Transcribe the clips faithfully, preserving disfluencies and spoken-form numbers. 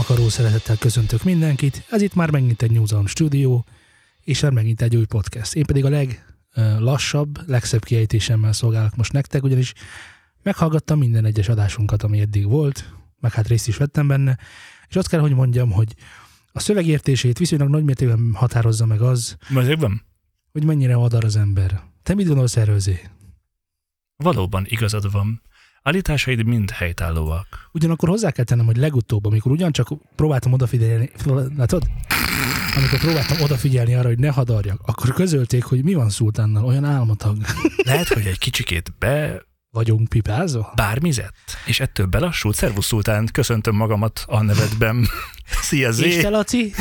akaró szeretettel köszöntök mindenkit. Ez itt már megint egy New Zealand stúdió, és már megint egy új podcast. Én pedig a leglassabb, legszebb kiejtésemmel szolgálok most nektek, ugyanis meghallgattam minden egyes adásunkat, ami eddig volt, meg hát részt is vettem benne, és azt kell, hogy mondjam, hogy a szövegértését viszonylag nagymértékben határozza meg az, Mezőkben? hogy mennyire madar az ember. Te mit gondolsz erről, Zé? Valóban igazad van. Állításaid mind helytállóak. Ugyanakkor hozzá kell tennem, hogy legutóbb, amikor ugyancsak próbáltam odafigyelni, látod? Amikor próbáltam odafigyelni arra, hogy ne hadarjak, akkor közölték, hogy mi van Szultánnal, olyan álmatag. Lehet, hogy egy kicsikét be... Vagyunk pipázva? Bármizett, és ettől belassult. Szervusz Szultán, köszöntöm magamat a nevedben. Szia Zé! És te, Laci?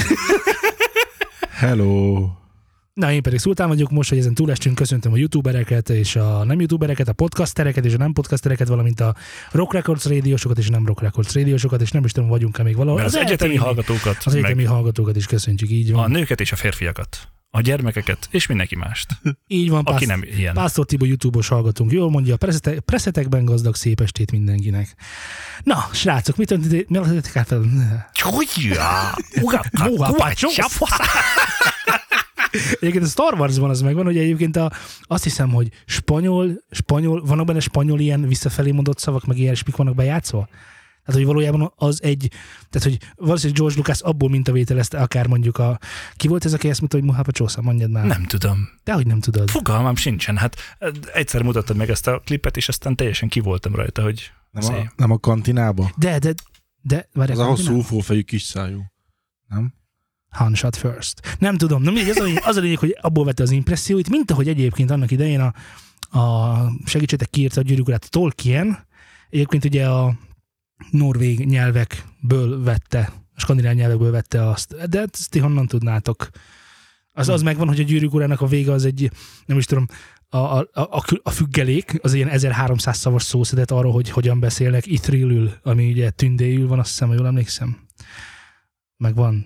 Hello! Na, én pedig Szultán vagyok, most, hogy ezen túlestünk, köszöntöm a youtubereket és a nem youtubereket, a podcastereket és a nem podcastereket, valamint a Rock Records rádiósokat és a nem Rock Records rádiósokat, és nem is tudom, vagyunk-e még valahol. Mert az, az egyetemi hallgatókat, az egyetemi hallgatókat is köszöntjük, így van. A nőket és a férfiakat, a gyermekeket, és mindenki mást. Így van, aki Pász, nem ilyen. Pásztor Tibor YouTube-os hallgatunk, jól mondja, preszete, preszetekben gazdag szép estét mindenkinek. Na, srácok, mit történik fel? Egyébként a Star Warsban az megvan, hogy egyébként a, azt hiszem, hogy spanyol, spanyol, vannak benne spanyol ilyen visszafelé mondott szavak, meg ilyen spik vannak bejátszva? Tehát, hogy valójában az egy, tehát, hogy valószínűleg George Lucas abból mintavételezte akár mondjuk a, ki volt ez, aki ezt mondta, hogy Muhapa Csósza, mondjad már. Nem tudom. Dehogy nem tudod. Fogalmam sincsen. Hát egyszer mutattad meg ezt a klipet, és aztán teljesen ki voltam rajta, hogy... Nem a, nem a kantinába? De, de, de... Várj, az a hosszú ufófejű kis szájú. Nem? Handshot first. Nem tudom. Nem, az, a lényeg, az a lényeg, hogy abból vette az impresszióit, mint ahogy egyébként annak idején a, a segítsétek kiírta a Gyűrűk Urát Tolkien, egyébként ugye a norvég nyelvekből vette, a skandináv nyelvekből vette azt. De ezt ti honnan tudnátok? Az, az megvan, hogy a Gyűrűk Urának a vége az egy, nem is tudom, a, a, a, a függelék, az ilyen ezerháromszáz szavas szószedet arról, hogy hogyan beszélnek Ithrilül, ami ugye tündéül van, azt hiszem, ha jól emlékszem. Megvan.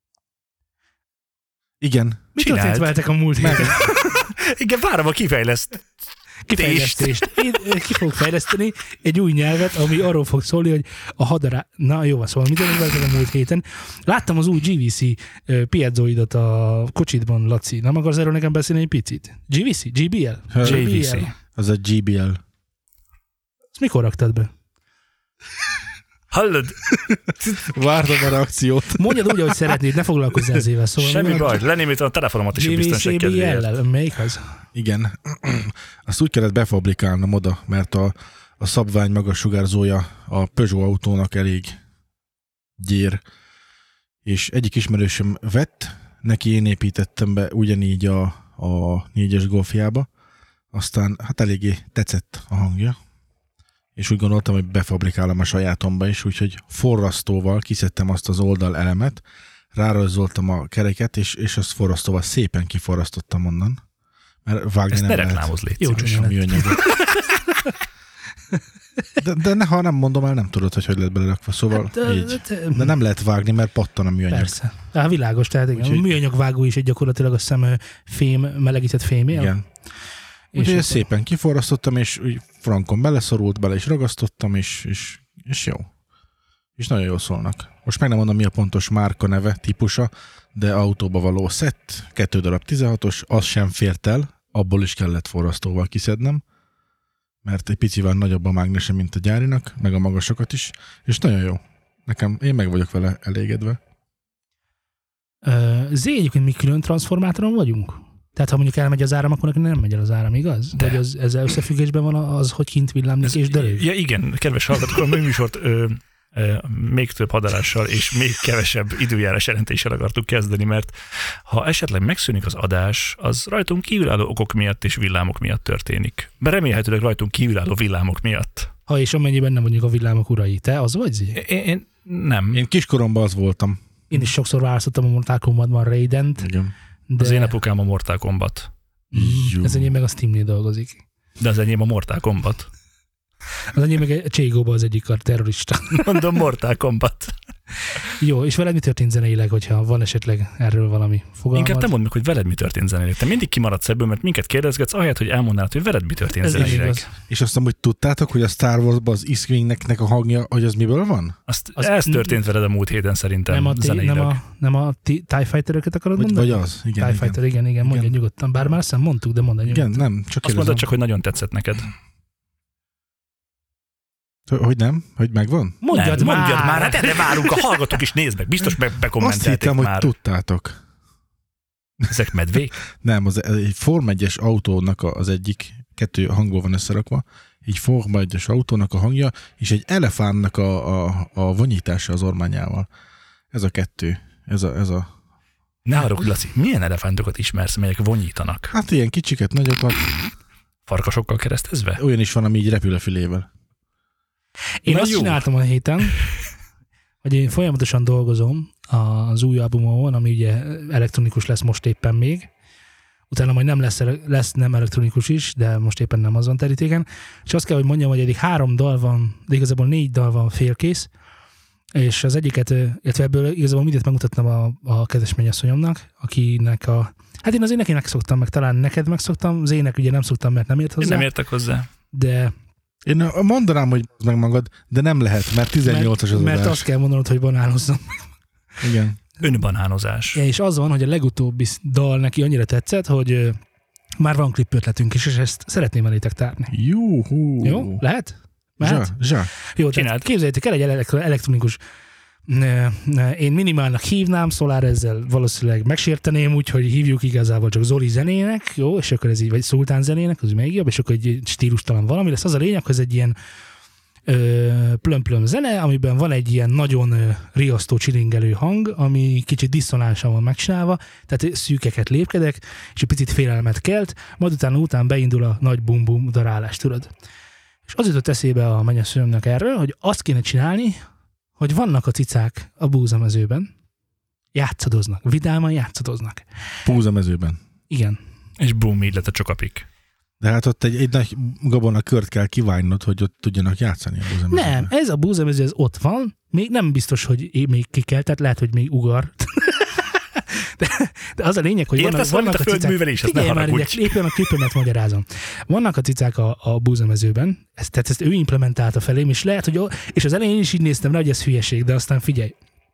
Igen. Mi történt veletek a múlt héten? Igen, várom a kifejleszt. Kifejlesztést. Én ki fogok fejleszteni egy új nyelvet, ami arról fog szólni, hogy a hadará... Na jó, szóval mit történt veletek a múlt héten? Láttam az új gé vé cé uh, piezoidat a kocsitban, Laci. Nem akarsz erről nekem beszélni egy picit? gé vé cé? gé bé el? gé vé cé. Az a gé bé el. Ezt mikor raktad be? Hallod? Vártam a reakciót. Mondjad úgy, ahogy szeretnéd, ne foglalkozz ezével. Szóval semmi baj, lenémítem a telefonomat is a biztonság kedvéért. Melyik az? Igen. Azt úgy kellett befabrikálnom oda, mert a, a szabvány magas sugárzója a Peugeot autónak elég gyér. És egyik ismerősöm vett, neki én építettem be ugyanígy a, a négyes Golfjába. Aztán hát eléggé tetszett a hangja. És úgy gondoltam, hogy befabrikálom a sajátomba is, úgyhogy forrasztóval kiszedtem azt az oldal elemet, rárajzoltam a kereket, és, és azt forrasztóval szépen kiforrasztottam onnan. Mert vágni ezt nem ne lehet. reklámozz, légy jó szíves. Műanyagot. De, de ne, ha nem mondom el, nem tudod, hogy hogy lett belerakva, szóval hát, így. De nem lehet vágni, mert pattan a műanyag. Persze. Hát világos, tehát igen. Úgyhogy... A műanyagvágó is egy gyakorlatilag azt hiszem fém, melegített fémjel. Igen. Úgyhogy ezt szépen kiforrasztottam, és úgy frankon beleszorult, bele is ragasztottam, és, és, és jó. És nagyon jól szólnak. Most meg nem mondom, mi a pontos márka neve, típusa, de autóba való szett, kettő darab tizenhatos, az sem fért el, abból is kellett forrasztóval kiszednem, mert egy picivel nagyobb a mágnese, mint a gyárinak, meg a magasokat is, és nagyon jó. Nekem, én meg vagyok vele elégedve. Uh, Zé, egyébként mi külön transformátoron vagyunk? Tehát ha mondjuk elmegy az áram, akkor neki nem megy el az áram, igaz? De. Vagy az, ezzel összefüggésben van az, hogy kint villámlik és dörög? Ja igen, kedves hallgatók, a műsort ö, ö, még több hadarással és még kevesebb időjárás jelentéssel akartuk kezdeni, mert ha esetleg megszűnik az adás, az rajtunk kívülálló okok miatt és villámok miatt történik. De remélhetőleg rajtunk kívülálló villámok miatt. Ha és amennyiben nem mondjuk a villámok urai. Te az vagy, Zé? Én, én nem. Én kiskoromban az voltam. Én is sokszor választottam a Mortal Kombatban Raident. Igen. De... Az én apukám a Mortal Kombat. Mm, ez enyém meg a Steamnél dolgozik. De az enyém a Mortal Kombat. Az enyém meg a Cségóban az egyik a terrorista. Mondom Mortal Kombat. Jó, és veled mi történt zeneileg, hogyha van esetleg erről valami fogalmad? Inkább te mondd meg, hogy veled mi történt zeneileg. Te mindig kimaradsz ebből, mert minket kérdezgetsz, ahelyett, hogy elmondanád, hogy veled mi történt Ez nem zeneileg. igaz. És azt amúgy tudtátok, hogy a Star Wars-ban az X-Wingnek a hangja, hogy az miből van? Azt, Az- ez történt veled a múlt héten szerintem Nem a, t- zeneileg. nem a, nem a t- TIE Fighter-öket akarod Vagy, mondani? vagy az? Igen, TIE igen. Fighter, igen, igen, mondja Igen. nyugodtan. Bár már azt hiszem mondtuk, de mondja Igen, nyugodtan. nem, csak Azt kérdezem. mondod csak, hogy nagyon tetszett neked. Hogy nem? Hogy megvan? Mondjad, nem, már! mondjad már, hát erre várunk, a hallgatók is nézd meg, biztos be- Azt bekommentelték hittem, hogy már. tudtátok. Ezek medvék? Nem, az egy Form egyes autónak a- az egyik, kettő hangból van összerakva, egy Form egyes autónak a hangja, és egy elefántnak a, a, a vonyítása az ormányával. Ez a kettő. Ez a, ez a... Ne haragudj, Laci, milyen elefántokat ismersz, melyek vonyítanak? Hát ilyen kicsiket, nagyokat. Farkasokkal keresztezve? Olyan is van, ami így repül a fülével. Én Na azt jó. csináltam a héten, hogy én folyamatosan dolgozom az új albumon, ami ugye elektronikus lesz most éppen még. Utána majd nem lesz, lesz nem elektronikus is, de most éppen nem azon terítéken. És azt kell, hogy mondjam, hogy eddig három dal van, de igazából négy dal van félkész, és az egyiket, illetve ebből igazából mindent megmutattam a, a kedves mennyasszonyomnak, akinek a... Hát én az énekének szoktam, meg talán neked megszoktam, az ének ugye nem szoktam, mert nem ért Én hozzá, nem értek hozzá. de Én mondanám, hogy meg magad, de nem lehet, mert tizennyolcas az mert adás. azt kell mondanod, hogy banánozzam. Igen. Önbanánozás. Ja, és az van, hogy a legutóbbi dal neki annyira tetszett, hogy ö, már van klip ötletünk is, és ezt szeretném elétek tárni. Juhú. Jó? Lehet? Mehet? Zsá, zsá. Jó, tehát Csináld. képzeljétek el egy elektro- elektronikus ne, ne, én minimálnak hívnám, Szolár ezzel valószínűleg megsérteném, úgyhogy hívjuk igazából csak Zoli zenének, jó, és akkor ez így, vagy Szultán zenének, az még jobb, és akkor egy stílustalan valami lesz. Az a lényeg, hogy ez egy ilyen ö, plöm-plöm zene, amiben van egy ilyen nagyon ö, riasztó, csilingelő hang, ami kicsit diszonánsan van megcsinálva, tehát szűkeket lépkedek, és egy picit félelmet kelt, majd utána után beindul a nagy bum-bum darálás, tudod. És az jutott eszébe a mennyasszonyomnak erről, hogy azt kéne csinálni, hogy vannak a cicák a búzamezőben, játszadoznak, vidáman játszadoznak. Púzamezőben. Igen. És bum, így lett a csokapik. De hát ott egy, egy nagy gabona kört kell kiválnod, hogy ott tudjanak játszani a búzamezőben. Nem, ez a búzamező, ez ott van, még nem biztos, hogy é- még ki kell, tehát lehet, hogy még ugar. De, de az a lényeg, hogy vannak, Értesz valamit vannak a a cicák... földműveléshez, ne Figyelj már, haragudj. ugye, éppen a klipemet magyarázom. Vannak a cicák a, a búzamezőben, ezt, tehát ezt ő implementálta felém, és lehet, hogy... És az elején is így néztem rá, hogy ez hülyeség, de aztán figyelj.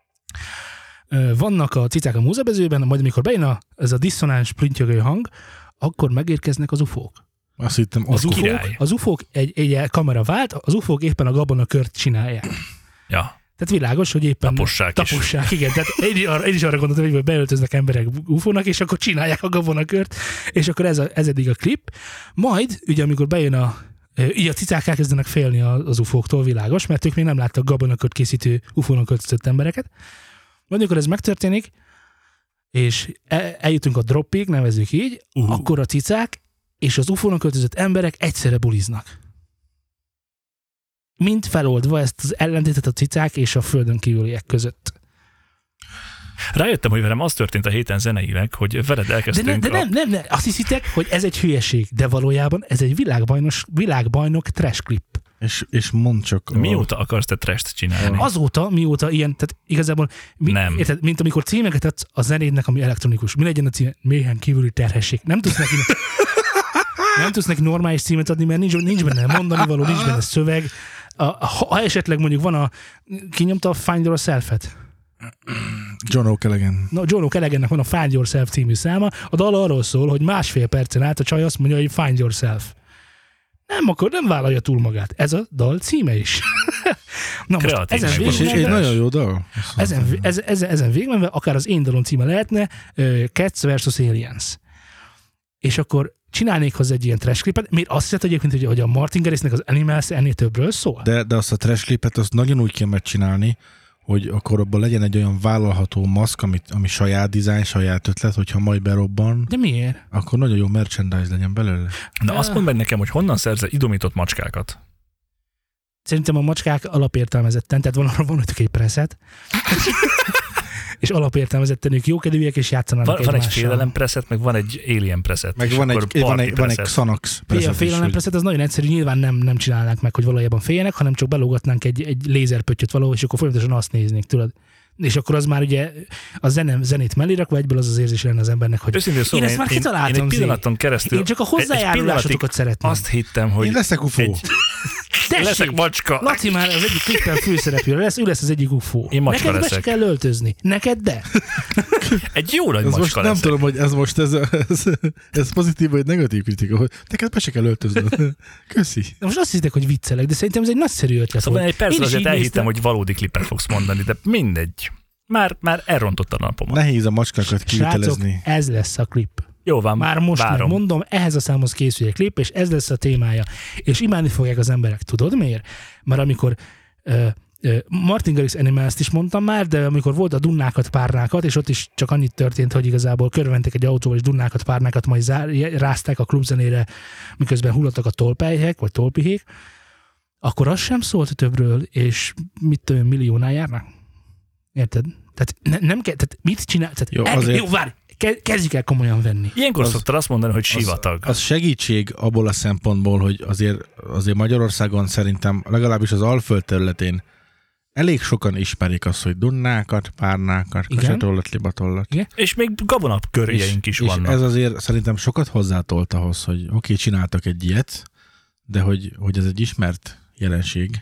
Ö, Vannak a cicák a búzamezőben, majd amikor bejön a, ez a diszonáns printjögő hang, akkor megérkeznek az ufók. Azt hittem, Az az ufók, király. az ufók egy, egy kamera vált, az ufók éppen a gabonakört csinálják. Ja, Tehát világos, hogy éppen... tapossák is. Tapossák, igen. Tehát én is arra, én is arra gondoltam, hogy beöltöznek emberek ufónak, és akkor csinálják a gabonakört, és akkor ez, a, ez eddig a klip. Majd, ugye amikor bejön a... Így a cicák elkezdenek félni az ufóktól, világos, mert ők még nem láttak gabonakört készítő ufónak öltözött embereket. Majd amikor ez megtörténik, és el, eljutunk a droppig, nevezzük így, Uh. akkor a cicák és az ufónak öltözött emberek egyszerre buliznak. Mind feloldva ezt az ellentétet a cicák és a földön kívüliek között. Rájöttem, hogy velem az történt a héten zeneileg, hogy veled De, elkezdtünk ne, de nem, nem, nem, azt hiszitek, hogy ez egy hülyeség, de valójában ez egy világbajnos, világbajnok trash clip. és, és mondd csak... a... Mióta akarsz te trash-t csinálni? Azóta, mióta ilyen, tehát igazából, mi, Nem. Érted, mint amikor címeket adsz a zenédnek, ami elektronikus. Mi legyen a címe? Mélyen kívüli terhesség. Nem tudsz neki, nem tudsz neki normális címet adni, mert nincs, nincs benne mondani való, nincs benne szöveg. A, ha, ha esetleg mondjuk van a, kinyomta a Find Yourself-et. John O'Callaghan. No, John O'Callaghannek van a Find Yourself című száma. A dal arról szól, hogy másfél percen át a csaj azt mondja, hogy Find Yourself. Nem, akkor nem vállalja túl magát. Ez a dal címe is. Na most Kreatív ezen És, és egy Megvalósítás. nagyon jó dal. Ezen, ezen, ezen, ezen végmenve akár az én dalom címe lehetne uh, Cats versus. Aliens. És akkor csinálnék hozzá egy ilyen trash clipet. Miért azt hiszed egyébként, hogy, hogy a Martin Garrixnek az Animals ennél többről szól? De, de azt a trash clipet azt nagyon úgy kell megcsinálni, hogy akkor abban legyen egy olyan vállalható maszk, ami, ami saját dizájn, saját ötlet, hogyha majd berobban, De miért? akkor nagyon jó merchandise legyen belőle. Na azt mondd meg nekem, hogy honnan szerzel idomított macskákat? Szerintem a macskák alapértelmezetten, tehát van arra van egy preset. és alapértelmezetten ők jókedvűek, és játszanának Van, van egy egymással. félelem preset, meg van egy alien preset. Meg van egy, van, egy, van egy Xanax A preset is, félelem hogy- preset az nagyon egyszerű, nyilván nem, nem csinálnánk meg, hogy valójában féljenek, hanem csak belógatnánk egy, egy lézerpöttyöt valahol, és akkor folyamatosan azt néznék, tudod. És akkor az már ugye a zene, zenét mellé rakva, egyből az az érzés lenne az embernek, hogy Őszintén szóval én ezt már én, én kitaláltam, egy Zé. pillanaton keresztül... Én csak a egy- egy hozzájárulásotokat pillanatig szeretném. Azt hittem, hogy Én leszek ufó. egy, leszek macska. Laci már az egyik klippen főszereplőre lesz, ő lesz az egyik ufó. Én macska Neked be se leszek. kell öltözni. Neked de. Egy jó nagy Ez most macska nem leszek. tudom, hogy ez most ez, ez, ez pozitív vagy negatív kritika, hogy neked be se kell öltöznöd. Köszi. De most azt hittek, hogy viccelek, de szerintem ez egy nagyszerű ötlet Szóval volt. egy percre Én is azért így elhittem, néztem. hogy valódi klippet fogsz mondani, de mindegy. Már, már elrontottad a napomat. Nehéz a macskákat Srácok, kivitelezni. ez lesz a klip. Jó van, Már most várom. meg mondom, ehhez a számhoz készül egy klip, és ez lesz a témája. És imádni fogják az emberek. Tudod miért? Mert amikor uh, uh, Martin Garrix Animals-t is mondtam már, de amikor volt a dunnákat, párnákat, és ott is csak annyit történt, hogy igazából körventek egy autóval, és dunnákat, párnákat majd zár, rázták a klubzenére, miközben hullottak a tolpelyhek, vagy tolpihék, akkor az sem szólt többről, és mit tudom, milliónál járnak. Érted? Tehát ne, nem kell, tehát mit csinál? Tehát Jó, el, azért- jó, várj, ke- kezdjük el komolyan venni. Ilyenkor Az- szoktad azt mondani, hogy sivatag. Az segítség abból a szempontból, hogy azért, azért Magyarországon szerintem legalábbis az Alföld területén elég sokan ismerik azt, hogy dunnákat, párnákat, Igen. kasetollat, libatollat. És még gabonakörjeink is és vannak. ez azért szerintem sokat hozzátolt ahhoz, hogy oké, okay, csináltak egy ilyet, de hogy, hogy ez egy ismert jelenség.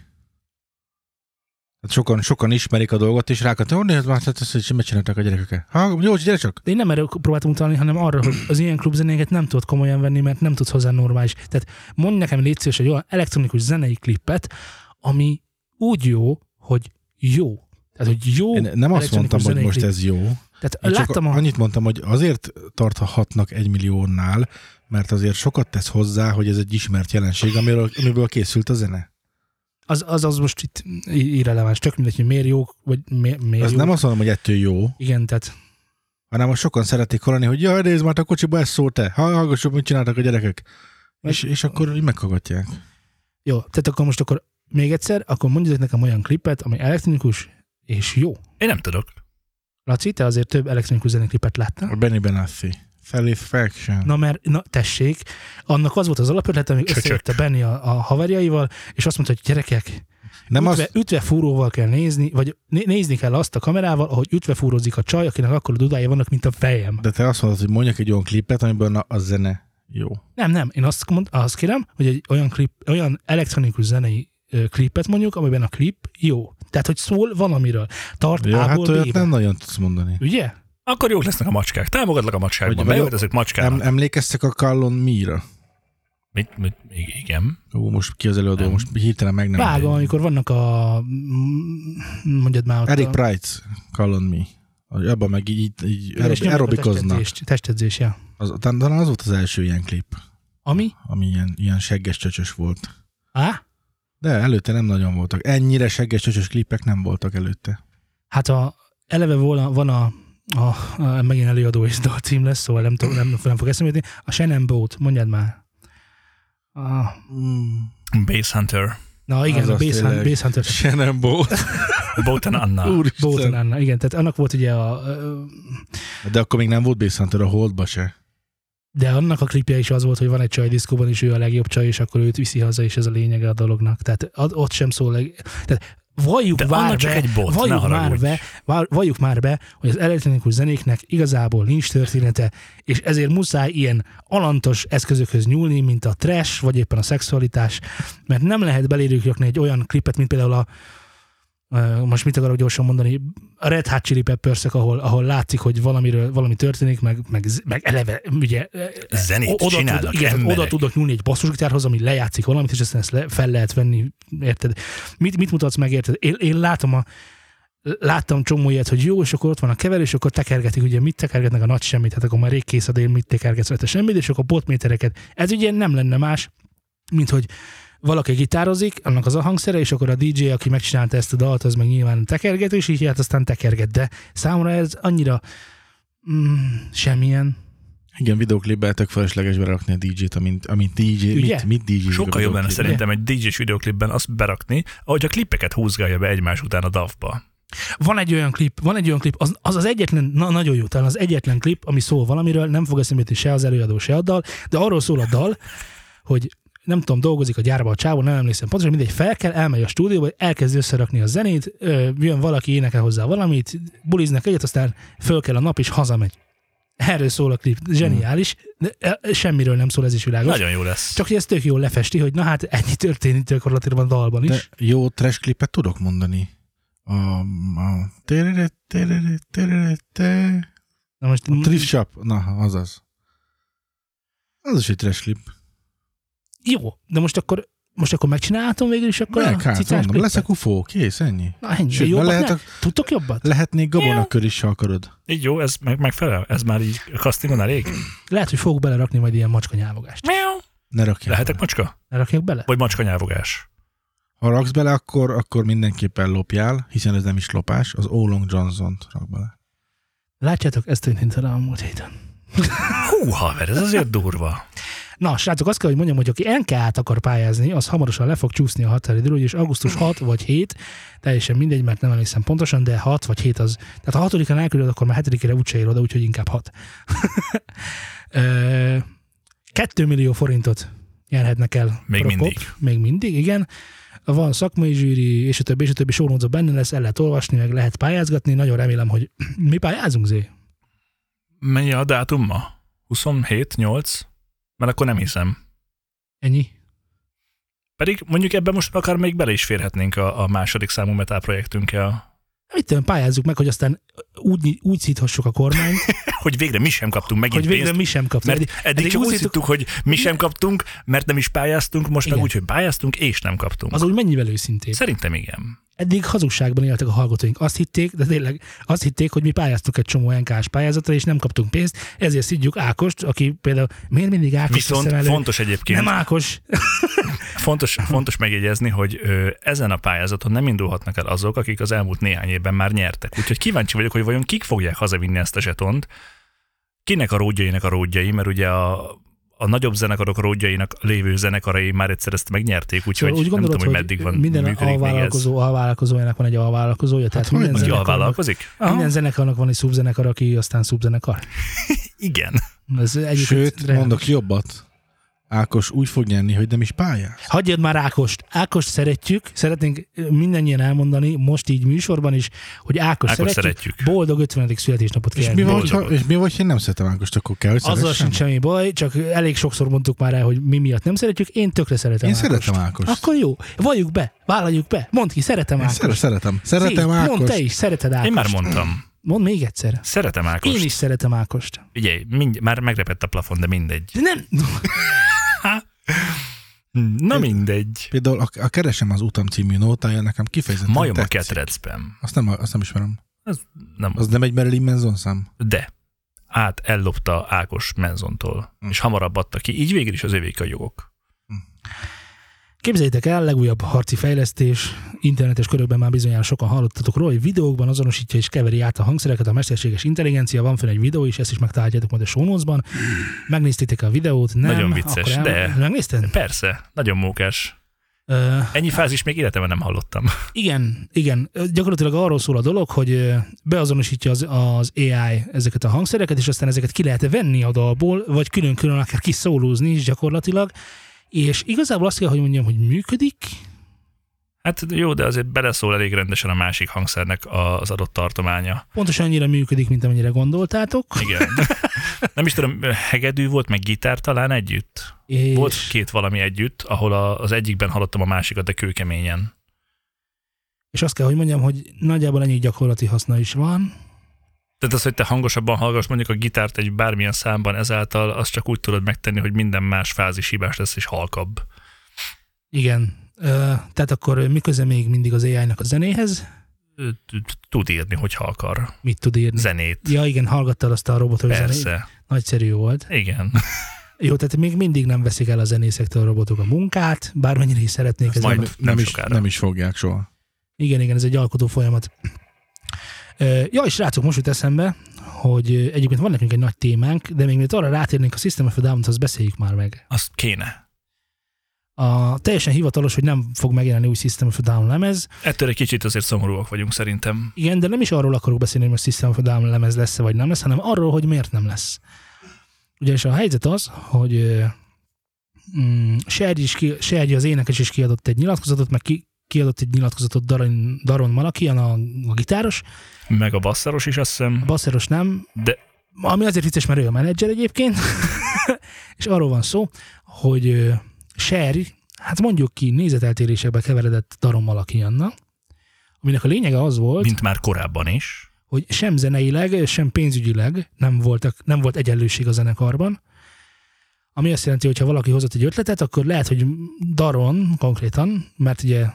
Hát sokan, sokan ismerik a dolgot, és rákat, hogy nézd már, hát ezt hogy mit csináltak a gyerekek. Ha, jó, gyere csak! De én nem erre próbáltam utalni, hanem arra, hogy az ilyen klubzenéket nem tudod komolyan venni, mert nem tudsz hozzá normális. Tehát mondj nekem légy szíves egy olyan elektronikus zenei klippet, ami úgy jó, hogy jó. Tehát, hogy jó Én nem azt elektronikus mondtam, hogy zenei most klip. ez jó. Tehát Én csak láttam a... annyit mondtam, hogy azért tarthatnak egy milliónál, mert azért sokat tesz hozzá, hogy ez egy ismert jelenség, amiről, amiből készült a zene. Az, az, az most itt irreleváns, csak mindegy, hogy miért jó, vagy miért, miért Ez jó. nem azt mondom, hogy ettől jó, Igen, tehát hanem most sokan szeretik hallani, hogy jaj, nézd már, a kocsiba ez szól te. Ha, hallgassuk, mit csináltak a gyerekek. És, és akkor így meghallgatják. jó. Tehát akkor most akkor még egyszer, akkor mondjatok nekem olyan klippet, ami elektronikus és jó. Én nem tudok. Laci, te azért több elektronikus zeneklipet láttál? A Benny Benassi. Satisfaction. Na mert, na tessék, annak az volt az alapötlet, amíg Csöcsök. összejött a Benny a, a haverjaival, és azt mondta, hogy gyerekek, Nem ütve, az, ütve fúróval kell nézni, vagy né- nézni kell azt a kamerával, ahogy ütve fúrózik a csaj, akinek akkor a dudája vannak, mint a fejem. de te azt mondod, hogy mondjak egy olyan klipet, amiből na, a zene jó. Nem, nem, én azt, mond, azt kérem, hogy egy olyan, klip, olyan elektronikus zenei ö, klipet mondjuk, amiben a klip jó. Tehát, hogy szól valamiről. Tart Ja, hát A-ból olyat B-be. nem nagyon tudsz mondani. Ugye? Akkor jók lesznek a macskák. Támogatlak a macskákban. Vagy- Beöltözök macskának. Em, emlékeztek a Callon Me-ra? Mit, mit, igen. Ó, most ki az előadó? Nem. Most hirtelen meg nem. Vágom, amikor vannak a... mm, mondjad már ott Eric a... Price, Callon Me. Abban meg így, így és aerob- nyomják a aerobikoznak. testedzést- Testedzés, ja. Az, talán talán az volt az első ilyen klip, Ami? ami ilyen, ilyen segges csöcsös volt. Á? De előtte nem nagyon voltak. Ennyire segges csöcsös klipek nem voltak előtte. Hát a, eleve volna, van a, a, a megint előadó és dal cím lesz, szóval nem, tudom, nem, nem fog eszembe jutni. A Shannon Boat, mondjad már. A, Mm. Base Hunter. na igen, Az a az Base, tényleg. Hun- Base Hunter. Shannon Boat. Botan Anna. Boaton Úristen. Anna, igen, tehát annak volt ugye a... ö, De akkor még nem volt Bass Hunter a Holdba se. De annak a klipje is az volt, hogy van egy csaj diszkóban, és ő a legjobb csaj, és akkor őt viszi haza, és ez a lényege a dolognak. Tehát ad- ott sem szól... Leg... Tehát valljuk De már annak csak be, egy bot, ne valljuk, már haragudj. be, vall- valljuk már be, hogy az elektronikus zenéknek igazából nincs története, és ezért muszáj ilyen alantos eszközökhöz nyúlni, mint a trash, vagy éppen a szexualitás, mert nem lehet belérjük rakni egy olyan klipet, mint például a Uh, most mit akarok gyorsan mondani, a Red Hot Chili Peppers-ek, ahol, ahol látszik, hogy valamiről, valami történik, meg, meg, meg eleve, ugye, Zenét oda, csinálnak tud, igen, emberek. oda tudok nyúlni egy basszusgitárhoz, ami lejátszik valamit, és aztán ezt le, fel lehet venni, érted? Mit, mit mutatsz meg, érted? Én, én látom a láttam csomó ilyet, hogy jó, és akkor ott van a keverő, és akkor tekergetik, ugye mit tekergetnek a nagy semmit, hát akkor már rég kész a dél, mit tekergetsz rajta semmit, és akkor potmétereket. Ez ugye nem lenne más, mint hogy valaki gitározik, annak az a hangszere, és akkor a dé dzsé, aki megcsinálta ezt a dalt, az meg nyilván tekerget, és így hát aztán tekerget. De számomra ez annyira mm, semmilyen. Igen, videóklipben tök felesleges berakni a dé dzsét, amint, amint dé dzsé, Ugye? mit, mit dé dzsé? Sokkal jobb lenne szerintem egy dé dzsés videóklipben azt berakni, ahogy a klippeket húzgálja be egymás után a dávba. Van egy olyan klip, van egy olyan klip, az az, az egyetlen, na, nagyon jó, talán az egyetlen klip, ami szól valamiről, nem fog eszembe jutni se az előadó, se a dal, de arról szól a dal, hogy nem tudom, dolgozik a gyárban a csávó, nem emlékszem pontosan, mindegy, fel kell, elmegy a stúdióba, elkezd összerakni a zenét, jön valaki, énekel hozzá valamit, buliznak egyet, aztán föl kell a nap, és hazamegy. Erről szól a klip, zseniális, de semmiről nem szól, ez is világos. Nagyon jó lesz. Csak hogy ez tök jól lefesti, hogy na hát ennyi történik gyakorlatilag a dalban is. De jó trash klipet tudok mondani. A, a, terere, terere, terere, te. Na most, A thrift shop, na, azaz. Az is egy trash klip. Jó, de most akkor, most akkor megcsinálhatom végül is akkor Meg, a hát, cicás mondom, klippet? leszek ufó, kész, ennyi. Na ennyi, Sőt, jobbat lehet ne? a- Tudtok jobbat? Lehetnék gabonakör is, ha akarod. Így jó, ez meg, megfelel? Ez már így castingon elég? Lehet, hogy fogok belerakni majd ilyen macska nyávogást. Ne rakjál. Lehetek macska? Ne rakjak bele? Vagy macska nyávogás? Ha raksz bele, akkor, akkor mindenképpen lopjál, hiszen ez nem is lopás, az Olong Johnson-t rak bele. Látjátok, ez történt a múlt héten. Hú, haver, ez azért durva. Na, srácok, azt kell, hogy mondjam, hogy aki en ká át akar pályázni, az hamarosan le fog csúszni a határidőről, és augusztus hatodika vagy hét, teljesen mindegy, mert nem emlékszem pontosan, de hat vagy hét az. Tehát ha hatodikán elküldöd, akkor már hetedikére úgyse ér oda, úgyhogy inkább hat. Kettő millió forintot nyerhetnek el. Még Prokop. mindig. Még mindig, igen. Van szakmai zsűri, és a többi, és a többi show notes-ban benne lesz, el lehet olvasni, meg lehet pályázgatni. Nagyon remélem, hogy mi pályázunk, Zé. Mennyi a dátum ma? huszonhét nyolc? Mert akkor nem hiszem. Ennyi? Pedig mondjuk ebben most akár még bele is férhetnénk a, a második számú metal projektünkkel. Mit tudom, pályázzuk meg, hogy aztán úgy, úgy szíthassuk a kormányt, Hogy végre mi sem kaptunk megint hogy végre pénzt. mi sem kaptunk. Mert eddig csak úgy szíttuk- szittuk, hogy mi sem kaptunk, mert nem is pályáztunk, most meg Igen. úgy, hogy pályáztunk, és nem kaptunk. Az úgy mennyivel őszintébb. Szerintem igen. Eddig hazugságban éltek a hallgatóink. Azt hitték, de tényleg azt hitték, hogy mi pályáztuk egy csomó en ká-s pályázatra, és nem kaptunk pénzt, ezért szidjuk Ákost, aki például miért mindig Ákost Viszont teszem elő? fontos egyébként, Nem Ákos. fontos, fontos megjegyezni, hogy ö, ezen a pályázaton nem indulhatnak el azok, akik az elmúlt néhány évben már nyertek. Úgyhogy kíváncsi vagyok, hogy vajon kik fogják hazavinni ezt a zsetont, kinek a ródjainak a ródjai, mert ugye a, a nagyobb zenekarok ródjainak lévő zenekarai már egyszer ezt megnyerték, úgyhogy Szóval úgy nem gondolod, tudom, hogy meddig van minden működik még ez. alvállalkozó, alvállalkozójának van egy alvállalkozója, tehát hogy minden van, Hogy zenekarnak, alvállalkozik? minden zenekarnak van egy szubzenekar, aki aztán szubzenekar. Igen. Ez egyébként Sőt, reális. mondok jobbat. Ákos úgy fog nyerni, hogy nem is pályáz. Hagyjad már Ákost. Ákost szeretjük, szeretnénk mindannyian elmondani, most így műsorban is, hogy Ákost, Ákost szeretjük. szeretjük. Boldog ötvenedik születésnapot És kell. mi, van, boldog ha, volt. és mi van, ha én nem szeretem Ákost, akkor kell, hogy Azzal szeressem? sincs semmi baj, csak elég sokszor mondtuk már el, hogy mi miatt nem szeretjük. Én tökre szeretem Én Ákost. szeretem Ákost. Akkor jó, valljuk be, vállaljuk be. Mondd ki, szeretem Én Ákost. szere- szeretem. Szeretem Szép, mondd Ákost. te is, szereted Ákost. Én már mondtam. Mondd még egyszer. Szeretem Ákost. Én is szeretem Ákost. Figyelj, mind, már megrepett a plafon, de mindegy. De nem... Na mindegy. Például a, a Keresem az utam című nótája nekem kifejezetten Majom a tetszik. ketrecben. Azt nem, azt nem ismerem. Nem, Az nem egy Marilyn Manson szám? de át ellopta Ákos Menzontól, Hm. és hamarabb adta ki. Így végül is az övék a jogok. Képzeljétek el, legújabb harci fejlesztés, internetes körökben már bizonyára sokan hallottatok róla, hogy videókban azonosítja és keveri át a hangszereket a mesterséges intelligencia, van fenn egy videó is, ezt is megtaláljátok majd a show notes-ban. Megnéztétek a videót? Nem? Nagyon vicces, Akkor de- Megnézted? Persze, nagyon mókás. Ö, Ennyi fázis még életemben nem hallottam. igen, igen. Gyakorlatilag arról szól a dolog, hogy ö, beazonosítja az, az á i ezeket a hangszereket, és aztán ezeket ki lehet venni a dalból, vagy külön-külön akár kiszólózni is gyakorlatilag. És igazából azt kell, hogy mondjam, hogy működik. Hát jó, de azért beleszól elég rendesen a másik hangszernek az adott tartománya. Pontosan annyira működik, mint amennyire gondoltátok. Igen. Nem is tudom, hegedű volt, meg gitár talán együtt? És, Volt két valami együtt, ahol a, az egyikben hallottam a másikat, de kőkeményen. és azt kell, hogy mondjam, hogy nagyjából ennyi gyakorlati haszna is van. Tehát az, hogy te hangosabban hallgass mondjuk a gitárt egy bármilyen számban, ezáltal azt csak úgy tudod megtenni, hogy minden más fázis hibás lesz és halkabb. Igen. Ö, tehát akkor mi köze még mindig az á i-nak a zenéhez? Tud írni, hogyha akar. Mit tud írni? Zenét. Ja, igen, hallgattad azt a robotos zenét. Persze. Nagyszerű volt. Igen. Jó, tehát még mindig nem veszik el a zenészektől a robotok a munkát, bármennyire is szeretnék. Ez majd nem, nem nem, is, sokára. nem is fogják soha. igen, igen, ez egy alkotó folyamat. Ö, ja, és srácok, most jut eszembe, hogy ö, egyébként van nekünk egy nagy témánk, de még mielőtt arra rátérnénk a System of a Down-t, azt beszéljük már meg. Azt kéne. A teljesen hivatalos, hogy nem fog megjelenni új System of a Down lemez. Ettől egy kicsit azért szomorúak vagyunk szerintem. Igen, de nem is arról akarok beszélni, hogy a System of a Down lemez lesz vagy nem lesz, hanem arról, hogy miért nem lesz. Ugyanis a helyzet az, hogy mm, Sergyi az énekes is kiadott egy nyilatkozatot, meg ki, kiadott egy nyilatkozatot Daron, Daron Malakian, a, a gitáros. Meg a basszeros is, azt hiszem. A basszeros nem. De... Ami azért vicces, mert ő a menedzser egyébként. És arról van szó, hogy Sherry, hát mondjuk ki, nézeteltérésekbe keveredett Daron Malakiannal, aminek a lényege az volt... Mint már korábban is. Hogy sem zeneileg, sem pénzügyileg nem, voltak, nem volt egyenlőség a zenekarban. Ami azt jelenti, hogy ha valaki hozott egy ötletet, akkor lehet, hogy Daron konkrétan, mert ugye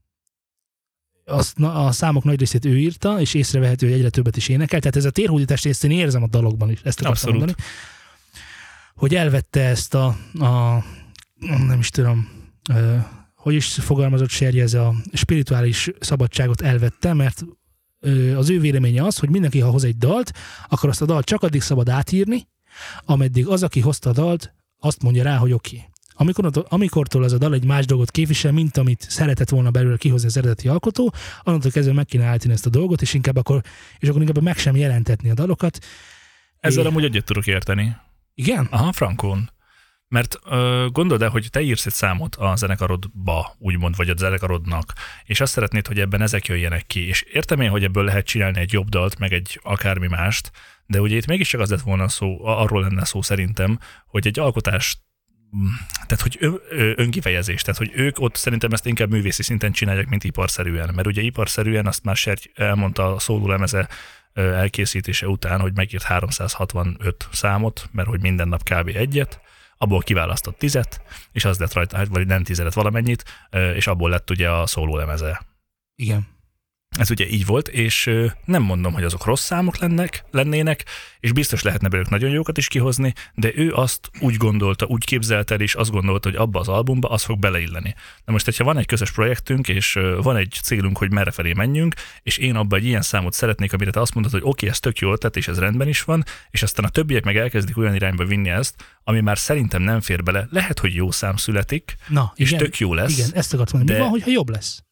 azt, a számok nagy részét ő írta, és észrevehető, hogy egyre többet is énekel. Tehát ez a térhódítást ezt én érzem a dalokban is. Ezt akartam mondani. Hogy elvette ezt a, a nem is tudom, hogy is fogalmazott Sergyi, ez a spirituális szabadságot elvette, mert az ő véleménye az, hogy mindenki, ha hoz egy dalt, akkor azt a dalt csak addig szabad átírni, ameddig az, aki hozta a dalt, azt mondja rá, hogy oké. Okay. Amikor, amikortól az a dal egy más dolgot képvisel, mint amit szeretett volna belőle kihozni az eredeti alkotó, onnantól kezdve meg kéne állítani ezt a dolgot, és inkább akkor, és akkor inkább meg sem jelentetni a dalokat. Ezzel é... amúgy egyet tudok érteni. Igen? Aha, frankón. Mert ö, gondold el, hogy te írsz egy számot a zenekarodba, úgymond, vagy a zenekarodnak, és azt szeretnéd, hogy ebben ezek jöjjenek ki, és értem én, hogy ebből lehet csinálni egy jobb dalt, meg egy akármi mást, de ugye itt mégiscsak az lett volna szó, arról lenne szó szerintem, hogy egy alkotás, tehát hogy ön, önkifejezés, tehát hogy ők ott szerintem ezt inkább művészi szinten csinálják, mint iparszerűen, mert ugye iparszerűen azt már Sergy elmondta a szólólemeze elkészítése után, hogy megírt háromszázhatvanöt számot, mert hogy minden nap kb. Egyet, abból kiválasztott tizet, és az lett rajta, vagy nem tizedet valamennyit, és abból lett ugye a szólólemeze. Igen. Ez ugye így volt, és nem mondom, hogy azok rossz számok lennek, lennének, és biztos lehetne belőlük nagyon jókat is kihozni, de ő azt úgy gondolta, úgy képzelte el, és azt gondolta, hogy abba az albumba az fog beleilleni. Na most, hogyha van egy közös projektünk, és van egy célunk, hogy merre felé menjünk, és én abba egy ilyen számot szeretnék, amire te azt mondod, hogy oké, okay, ez tök jól tett, és ez rendben is van, és aztán a többiek meg elkezdik olyan irányba vinni ezt, ami már szerintem nem fér bele. Lehet, hogy jó szám születik, Na, és igen, tök jó lesz. Igen, ezt akartam mondani. De... Mi van, hogyha jobb lesz?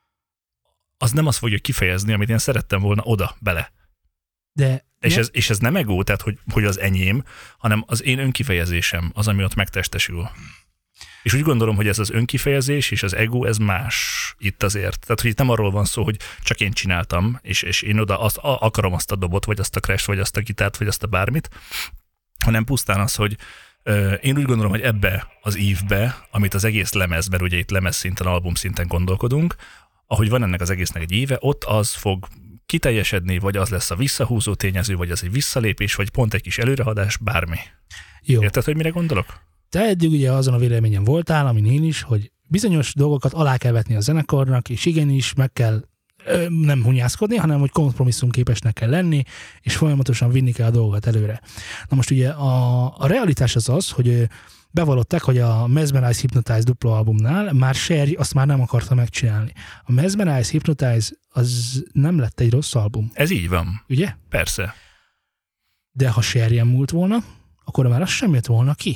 Az nem azt fogja kifejezni, amit én szerettem volna oda bele. De és, ez, és ez nem ego, tehát hogy, hogy az enyém, hanem az én önkifejezésem, az, ami ott megtestesül. És úgy gondolom, hogy ez az önkifejezés és az ego, ez más itt azért. Tehát, hogy itt nem arról van szó, hogy csak én csináltam, és, és én oda azt, akarom azt a dobot, vagy azt a crash, vagy azt a gitárt, vagy azt a bármit, hanem pusztán az, hogy euh, én úgy gondolom, hogy ebbe az ívbe, amit az egész lemezben, ugye itt lemez szinten, album szinten gondolkodunk, ahogy van ennek az egésznek egy éve, ott az fog kiteljesedni, vagy az lesz a visszahúzó tényező, vagy az egy visszalépés, vagy pont egy kis előrehadás, bármi. Jó. Érted, hogy mire gondolok? Te eddig ugye azon a véleményen voltál, amin én is, hogy bizonyos dolgokat alá kell vetni a zenekarnak, és igenis meg kell ö, nem hunyászkodni, hanem hogy kompromisszumképesnek kell lenni, és folyamatosan vinni kell a dolgokat előre. Na most ugye a, a realitás az az, hogy bevallották, hogy a Mesmerize Hypnotize dupla albumnál már Sergyi azt már nem akarta megcsinálni. A Mesmerize Hypnotize az nem lett egy rossz album. Ez így van. Ugye? Persze. De ha Sergyen múlt volna, akkor már az sem jött volna ki.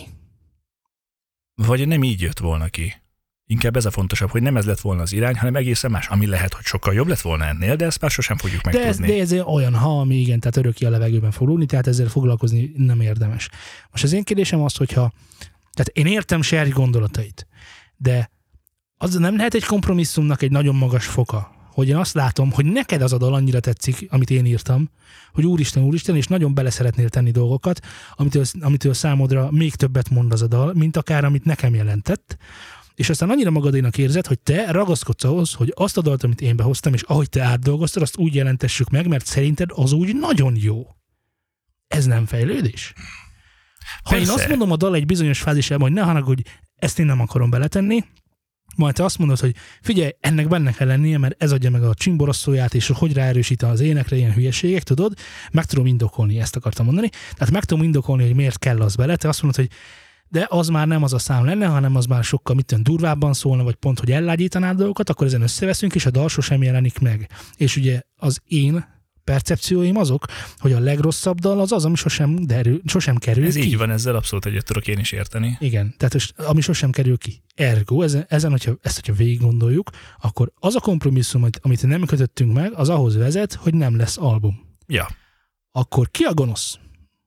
Vagy nem így jött volna ki. Inkább ez a fontosabb, hogy nem ez lett volna az irány, hanem egészen más, ami lehet, hogy sokkal jobb lett volna ennél, de ezt már sosem fogjuk megtudni. De ez, de ez olyan, ha, ami igen, tehát örökké a levegőben fog lógni, tehát ezzel foglalkozni nem érdemes. Most az én kérdésem az, hogyha tehát én értem Sergyi gondolatait, de az nem lehet egy kompromisszumnak egy nagyon magas foka, hogy én azt látom, hogy neked az a dal annyira tetszik, amit én írtam, hogy úristen, úristen, és nagyon bele szeretnél tenni dolgokat, amitől, amitől számodra még többet mond az a dal, mint akár amit nekem jelentett, és aztán annyira magadénak érzed, hogy te ragaszkodsz ahhoz, hogy azt a dalt, amit én behoztam, és ahogy te átdolgoztad, azt úgy jelentessük meg, mert szerinted az úgy nagyon jó. Ez nem fejlődés? Ha Persze. Én azt mondom a dal egy bizonyos fázisában, hogy ne haragudj, ezt én nem akarom beletenni, majd te azt mondod, hogy figyelj, ennek benne kell lennie, mert ez adja meg a csimborosszóját, és hogy ráerősít az énekre ilyen hülyeségek, tudod? Meg tudom indokolni, ezt akartam mondani. Tehát meg tudom indokolni, hogy miért kell az bele. Te azt mondod, hogy de az már nem az a szám lenne, hanem az már sokkal mitten durvábban szólna, vagy pont, hogy ellágyítanád dolgokat, akkor ezen összeveszünk, és a dal sosem jelenik meg. És ugye az én percepcióim azok, hogy a legrosszabb dal az az, ami sosem, derül, sosem kerül Ez ki. így van, ezzel abszolút egyet tudok én is érteni. Igen, tehát ami sosem kerül ki. Ergo, ezen, ezen hogyha, ezt hogyha végig gondoljuk, akkor az a kompromisszum, amit nem kötöttünk meg, az ahhoz vezet, hogy nem lesz album. Ja. Akkor ki a gonosz?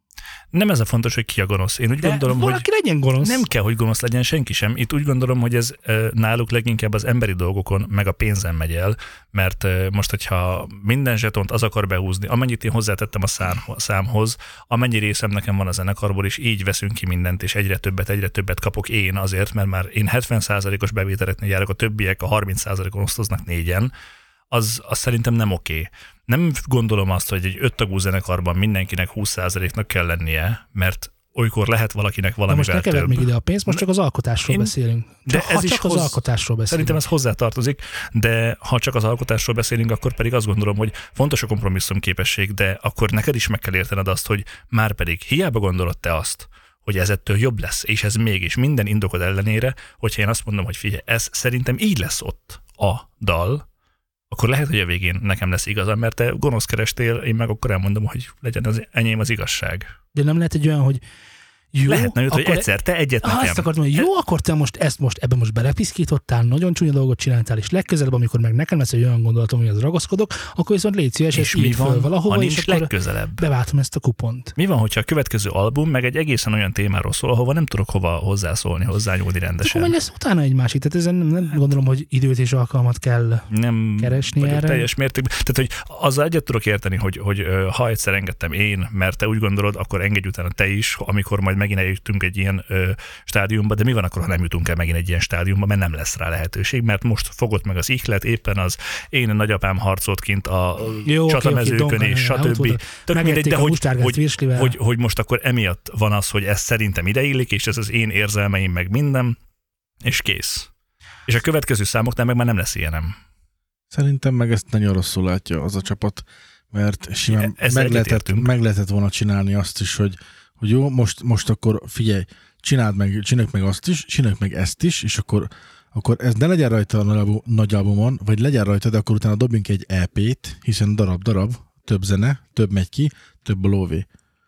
Nem ez a fontos, hogy ki a gonosz. Én úgy De gondolom, valaki hogy legyen gonosz. nem kell, hogy gonosz legyen senki sem. Itt úgy gondolom, hogy ez náluk leginkább az emberi dolgokon, meg a pénzen megy el, mert most, hogyha minden zsetont az akar behúzni, amennyit én hozzátettem a szám, számhoz, amennyi részem nekem van a zenekarból, és így veszünk ki mindent, és egyre többet, egyre többet kapok én azért, mert már én hetven százalékos bevételeknél járok, a többiek a harminc százalékon osztoznak négyen, az, az szerintem nem oké. Nem gondolom azt, hogy egy öttagú zenekarban mindenkinek húsz százaléknak kell lennie, mert olykor lehet valakinek valamivel most ne keverd több. még ide a pénzt, most csak az alkotásról Én, beszélünk. De ha ez is csak az hoz, alkotásról beszélünk. Szerintem ez hozzátartozik, de ha csak az alkotásról beszélünk, akkor pedig azt gondolom, hogy fontos a kompromisszumképesség, de akkor neked is meg kell értened azt, hogy már pedig hiába gondolod te azt, hogy ez ettől jobb lesz, és ez mégis minden indokod ellenére, hogyha én azt mondom, hogy figyelj, ez szerintem így lesz ott a dal, akkor lehet, hogy a végén nekem lesz igazam, mert te gonosz kerestél, én meg akkor elmondom, hogy legyen az enyém az igazság. De nem lehet egy olyan, hogy jó, lehetne őt, hogy akkor egyszer te egyet ah, nekem. Ezt akartam, hogy jó, akkor te most ezt most ebben most belepiszkítottál, nagyon csúnya dolgot csináltál, és legközelebb, amikor meg nekem lesz egy olyan gondolatom, hogy az ragaszkodok, akkor viszont légy szíves, és és mi írd van, föl valahova, ha és nincs akkor legközelebb? beváltom ezt a kupont. Mi van, hogyha a következő album meg egy egészen olyan témáról szól, ahova nem tudok hova hozzászólni, hozzányúlni rendesen? Akkor lesz utána egy másik, tehát ezen nem, nem gondolom, hogy időt és alkalmat kell nem keresni vagyok erre. teljes mértékben. Tehát, hogy azzal egyet tudok érteni, hogy, hogy ha egyszer engedtem én, mert te úgy gondolod, akkor engedj utána te is, amikor majd megint eljutunk egy ilyen ö, stádiumba, de mi van akkor, ha nem jutunk el megint egy ilyen stádiumba, mert nem lesz rá lehetőség, mert most fogott meg az ihlet, éppen az én nagyapám harcolt kint a Jó, csatamezőkön, oké, oké, és Donkan, stb. Tök mindegy, de a hogy, mustárgát hogy, virslivel. hogy, hogy most akkor emiatt van az, hogy ez szerintem ideillik, és ez az én érzelmeim, meg minden, és kész. És a következő számoknál meg már nem lesz ilyenem. Szerintem meg ezt nagyon rosszul látja az a csapat, mert simán meg lehetett, meg lehetett volna csinálni azt is, hogy, hogy jó, most, most akkor figyelj, csináld meg, csináljuk meg azt is, csináljuk meg ezt is, és akkor, akkor ez ne legyen rajta a nagy albumon, vagy legyen rajta, de akkor utána dobjunk egy é pét, hiszen darab-darab, több zene, több megy ki, több a lóvé.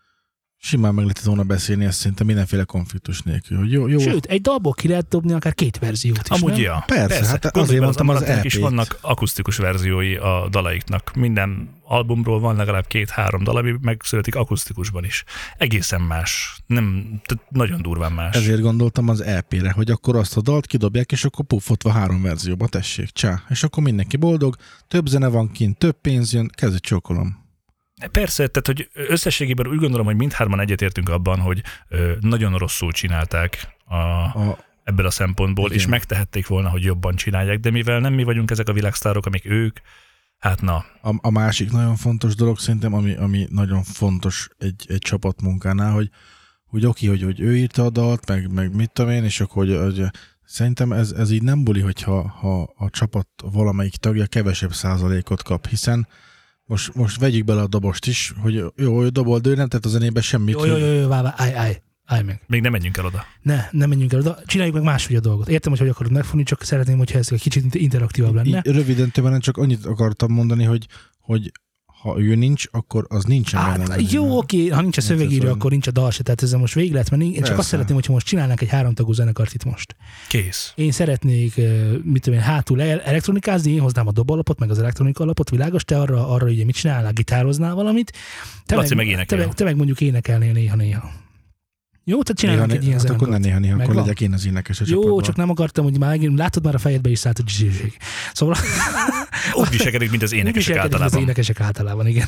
Simán meg lehetett volna beszélni ezt szerintem mindenféle konfliktus nélkül. Hogy jó, jó. Sőt, egy dalból ki lehet dobni akár két verziót is, Amúgy, nem? ja. Persze, Persze, hát gondolj azért bele, mondtam az Amaranthnek é pét. is vannak akusztikus verziói a dalaiknak. Minden albumról van legalább két-három dal, ami megszületik akusztikusban is. Egészen más. Nem, nagyon durván más. Ezért gondoltam az é pére, hogy akkor azt a dalt kidobják, és akkor puffotva három verzióba tessék, csá. És akkor mindenki boldog, több zene van kint, több pénz jön, kezdj csókolom. Persze, tehát hogy összességében úgy gondolom, hogy mindhárman egyetértünk abban, hogy ö, nagyon rosszul csinálták a, a, ebből a szempontból, igen. És megtehették volna, hogy jobban csinálják, de mivel nem mi vagyunk ezek a világsztárok, amik ők, hát na. A, a másik nagyon fontos dolog szerintem, ami, ami nagyon fontos egy, egy csapatmunkánál, hogy, hogy oké, hogy, hogy ő írta a dalt, meg, meg mit tudom én, és akkor hogy, hogy szerintem ez, ez így nem buli, hogyha ha a csapat valamelyik tagja kevesebb százalékot kap, hiszen Most, most vegyük bele a dobost is, hogy jó, hogy dobol, de ő nem tett a zenébe semmit. Jó, jó, jó, jó, várj, állj, állj, állj meg. Még nem menjünk el oda. Ne, nem menjünk el oda. Csináljuk meg máshogy a dolgot. Értem, hogy hogy akarod megfogni, csak szeretném, hogyha ez egy kicsit interaktívabb lenne. Így, röviden többen csak annyit akartam mondani, hogy, hogy ha ő nincs, akkor az nincsen Á, benne. jó, oké, ha nincs a szövegírő, akkor nincs a dal se, tehát ezzel most végig lehet menni. Én csak Persze. azt szeretném, hogyha most csinálnánk egy háromtagú zenekart itt most. Kész. Én szeretnék, mit tudom én, hátul elektronikázni, én hoznám a dobalapot, meg az elektronika alapot, világos, te arra, arra ugye mit csinálnál, gitároznál valamit. Te Laci meg, meg énekel. te, meg, te meg mondjuk énekelnél néha-néha. Jó, tehát csinálunk néha, egy ilyen hát akkor ne zenekart. néha, néha, akkor Megvan? legyek én az énekes a Jó, csapatban. csak nem akartam, hogy már látod, már a fejedbe is szállt a dzsizség. Szóval... Úgy viselkedik, mint az énekesek viselkedik, általában. Az énekesek általában, igen.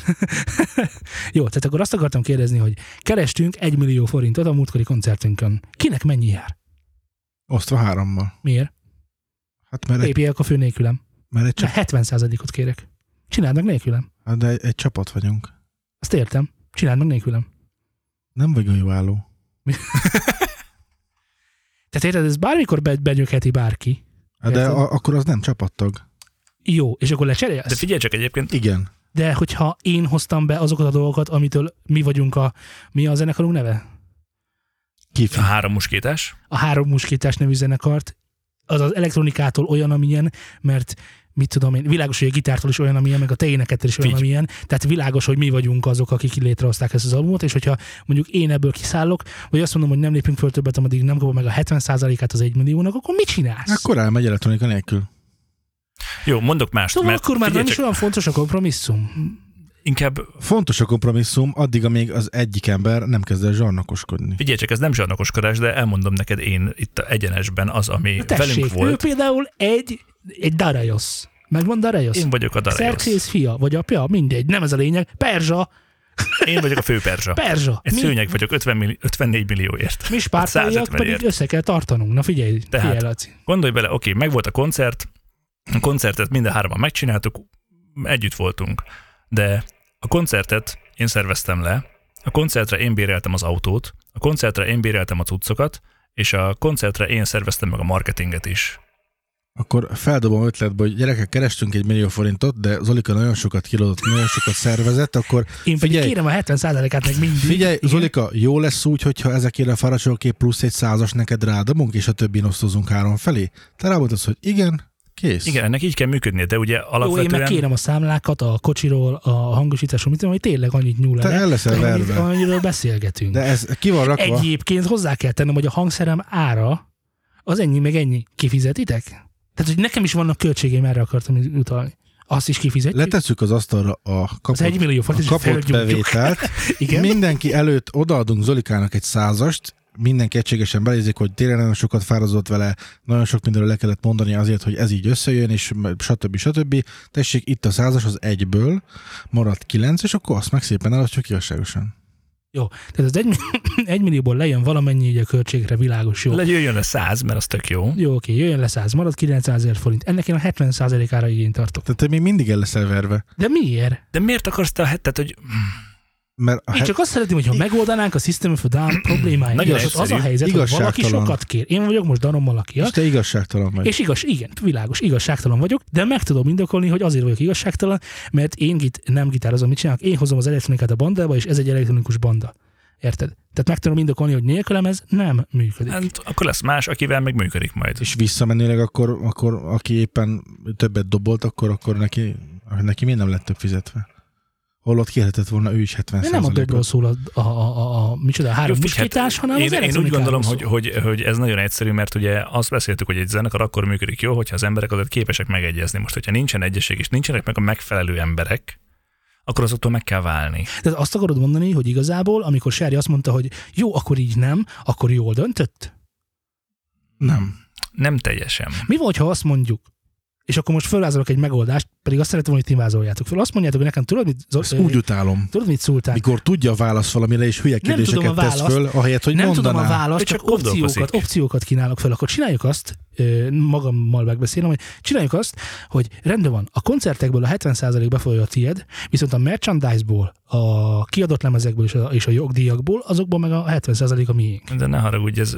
Jó, tehát akkor azt akartam kérdezni, hogy kerestünk egy millió forintot a múltkori koncertünkön. Kinek mennyi jár? Osztva hárommal. Miért? Hát mert egy, Lépjél a fő nélkülem. mert egy, Csak csap, hetven százalékot kérek. Csináld meg nélkülem. hát de egy, egy csapat vagyunk. Azt értem. Csináld meg nélkülem. Nem vagy olyan jó álló. Tehát érted, ez bármikor be, benyögheti bárki. Hát de Érted? a, akkor az nem csapattag. Jó, és akkor lecserélsz? De figyelj csak egyébként, Igen. De hogyha én hoztam be azokat a dolgokat, amitől mi vagyunk a... Mi a zenekarunk neve? Kifi. a három muskétás. A Három Muskétás nevű zenekart, az az elektronikától olyan, amilyen, mert mit tudom én, világos, hogy a gitártól is olyan, amilyen, meg a te énekettől is olyan, Figy. amilyen. Tehát világos, hogy mi vagyunk azok, akik létrehozták ezt az albumot, és hogyha mondjuk én ebből kiszállok, vagy azt mondom, hogy nem lépünk föl többet, ameddig nem kapom meg a hetven százalékát az egy milliónak, akkor mit csinálsz? Akkor elmegy elektronika nélkül. Jó, mondok mást. Szóval mert akkor már nem figyelj is csak, olyan fontos a kompromisszum. inkább Fontos a kompromisszum, addig, amíg az egyik ember nem kezd el zsarnokoskodni. Figyelj csak, ez nem zsarnokoskodás, de elmondom neked én itt a egyenesben az, ami Na tessék, velünk ő volt. például egy, egy Darajos. Megvan Darajos? Én vagyok a Darajos. Xerxes fia, vagy apja, mindegy, nem ez a lényeg. Perzsa, Én vagyok a főperzsa. Perzsa. Egy Mi- szőnyeg vagyok ötven milli- ötvennégy millióért. Mi spártaiak pedig százötvenért. össze kell tartanunk. Na figyelj, Tehát. figyelj, Laci. Gondolj bele, oké, meg volt a koncert, a koncertet minden hárman megcsináltuk, együtt voltunk, de a koncertet én szerveztem le, a koncertre én béreltem az autót, a koncertre én béreltem a cuccokat, és a koncertre én szerveztem meg a marketinget is. Akkor feldobom ötletbe, hogy gyerekek, kerestünk egy millió forintot, de Zolika nagyon sokat kilódott, nagyon sokat szervezett, akkor Én pedig Figyelj. kérem a hetven százalékát meg mindig. figyelj, Igen. Zolika, jó lesz úgy, hogyha ezekért a faracsokért plusz egy százas neked rádobunk, és a többin osztozunk három felé. Te rámutasz, hogy igen, kész. Igen, ennek így kell működnie, de ugye Jó, én alapvetően... meg kérem a számlákat a kocsiról, a hangosításról, mit tudom, hogy tényleg annyit nyúl Te le, el leszel amennyit- verve. amennyiről beszélgetünk. De ez ki van rakva? Egyébként hozzá kell tennem, hogy a hangszerem ára az ennyi meg ennyi. Kifizetitek? Tehát, hogy nekem is vannak költségeim, erre akartam utalni. Azt is kifizetjük. Letesszük az asztalra a kapott, Az egy millió forint, a és kapott felgyújtjuk. bevételt. Igen? Mindenki előtt odaadunk Zolikának egy százast, mindenki egységesen belézik, hogy tényleg nagyon sokat fárazott vele, nagyon sok mindenről le kellett mondani azért, hogy ez így összejön, és stb. stb. Tessék, itt a százas az egyből, maradt kilenc, és akkor azt meg szépen eladjuk igazságosan. Jó. Tehát az egy, egy millióból lejön valamennyi így a költségre, világos, jó. Legyőjön a száz, mert az tök jó. Jó, oké, jöjjön le száz, marad kilencszázezer forint. Ennek én a hetven százalékára igényt tartok. Tehát te még mindig el leszel verve. De miért? De miért akarsz te a hetet, hogy Mert a Én he- csak azt szeretném, hogyha megoldanánk a System of a Down problémáit. Nagyon Igaz, az a egyszerű. helyzet, hogy valaki Igazságtalan. sokat kér. Én vagyok most Danon Malakia. és te igazságtalan vagy. És igaz, igen, világos, igazságtalan vagyok, de meg tudom indokolni, hogy azért vagyok igazságtalan, mert én git, nem gitározom, mit csinálok, én hozom az elektronikát a bandába, és ez egy elektronikus banda. Érted? Tehát meg tudom indokolni, hogy nélkülem ez nem működik. hát, akkor lesz más, akivel meg működik majd. És visszamenőleg akkor, akkor aki éppen többet dobolt, akkor, akkor neki, neki miért nem lett több fizetve? Holott kérhetett volna ő is hetven De nem a dobról százalékot. szól a, a, a, a, micsoda, a három Jó, muskítás, hanem én, az én úgy elektronikáról gondolom, szól. hogy, hogy, hogy ez nagyon egyszerű, mert ugye azt beszéltük, hogy egy zenekar akkor működik jó, hogyha az emberek azért képesek megegyezni. Most, hogyha nincsen egyesség és nincsenek meg a megfelelő emberek, akkor azoktól meg kell válni. Tehát azt akarod mondani, hogy igazából, amikor Sherry azt mondta, hogy jó, akkor így nem, akkor jól döntött? Nem. Nem teljesen. Mi van, ha azt mondjuk, és akkor most fölvázolok egy megoldást, pedig azt szeretem, hogy ti vázoljátok föl. Azt mondjátok, hogy nekem tudod, mit, Ezt úgy utálom. tudod, mit szóltál? Mikor tudja a válasz valamire, és hülye Nem tudom kérdéseket a tesz választ. föl, ahelyett, hogy Nem mondaná. tudom a választ, Ő csak, csak gondolkozik. opciókat, opciókat kínálok fel. Akkor csináljuk azt, ö, magammal megbeszélem, hogy csináljuk azt, hogy rendben van, a koncertekből a hetven százalék befolyja a tied, viszont a merchandise-ból, a kiadott lemezekből és a, és a jogdíjakból, azokból meg a hetven százalék a miénk. De ne haragudj, ez,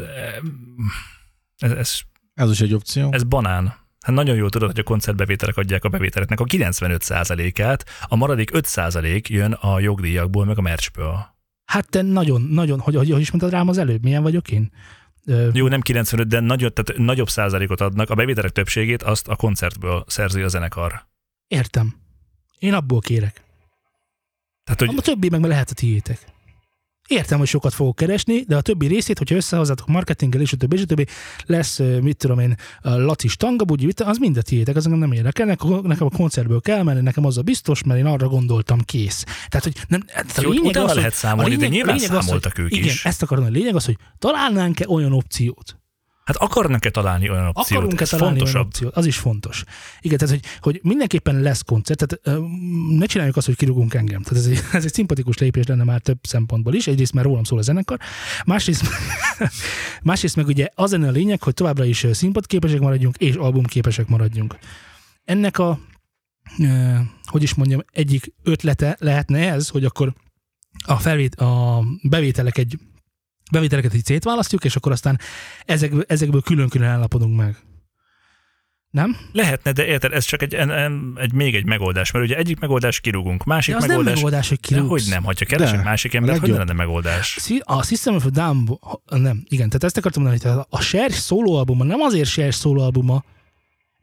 ez, ez, Ez is egy opció. ez banán. Hát nagyon jól tudod, hogy a koncertbevételek adják a bevételeknek a kilencvenöt százalékát, a maradék öt százalék jön a jogdíjakból, meg a merchből. Hát te nagyon, nagyon, hogy, hogy, hogy is mondtad rám az előbb, milyen vagyok én? Ö, Jó, nem kilencvenöt, de nagy, tehát nagyobb százalékot adnak, a bevételek többségét azt a koncertből szerzi a zenekar. értem. Én abból kérek. Tehát, A hogy többi meg lehet a tiétek. Értem, hogy sokat fogok keresni, de a többi részét, hogyha összehozzátok marketinggel és a többi, és a többi, lesz, mit tudom én, laci stangabugyi, az mind a tiétek, az engem nem érdekel. Nekem a koncertből kell menni, nekem az a biztos, mert én arra gondoltam, kész. Tehát, hogy nem, tehát a jó, lényeg utána az, lehet hogy, számolni, a lényeg, de nyilván a lényeg az, számoltak hogy, ők igen, is. ezt akarom, a lényeg az, hogy találnánk-e olyan opciót, Hát akarnak-e találni olyan opciót? Akarunk-e Ez találni olyan fontosabb. opciót? Az is fontos. Igen, tehát, hogy, hogy mindenképpen lesz koncert, tehát ö, ne csináljuk azt, hogy kirúgunk engem. Tehát ez egy, ez egy szimpatikus lépés lenne már több szempontból is. Egyrészt már rólam szól a zenekar, másrészt, másrészt meg ugye az lenne a lényeg, hogy továbbra is színpadképesek maradjunk, és albumképesek maradjunk. Ennek a, ö, hogy is mondjam, egyik ötlete lehetne ez, hogy akkor a, felvét, a bevételek egy bevételeket így szétválasztjuk, és akkor aztán ezekből, ezekből külön-külön állapodunk meg. Nem? Lehetne, de érted, ez csak egy, egy, egy még egy megoldás, mert ugye egyik megoldás kirúgunk, másik De az megoldás... nem megoldás, hogy De kirúgsz. hogy nem, hogyha keresek De, másik a embert, hogy legjobb. lenne megoldás? Szi- A System of a Down, nem, igen, tehát ezt akartam mondani, hogy a Cher szólóalbuma nem azért Cher szólóalbuma,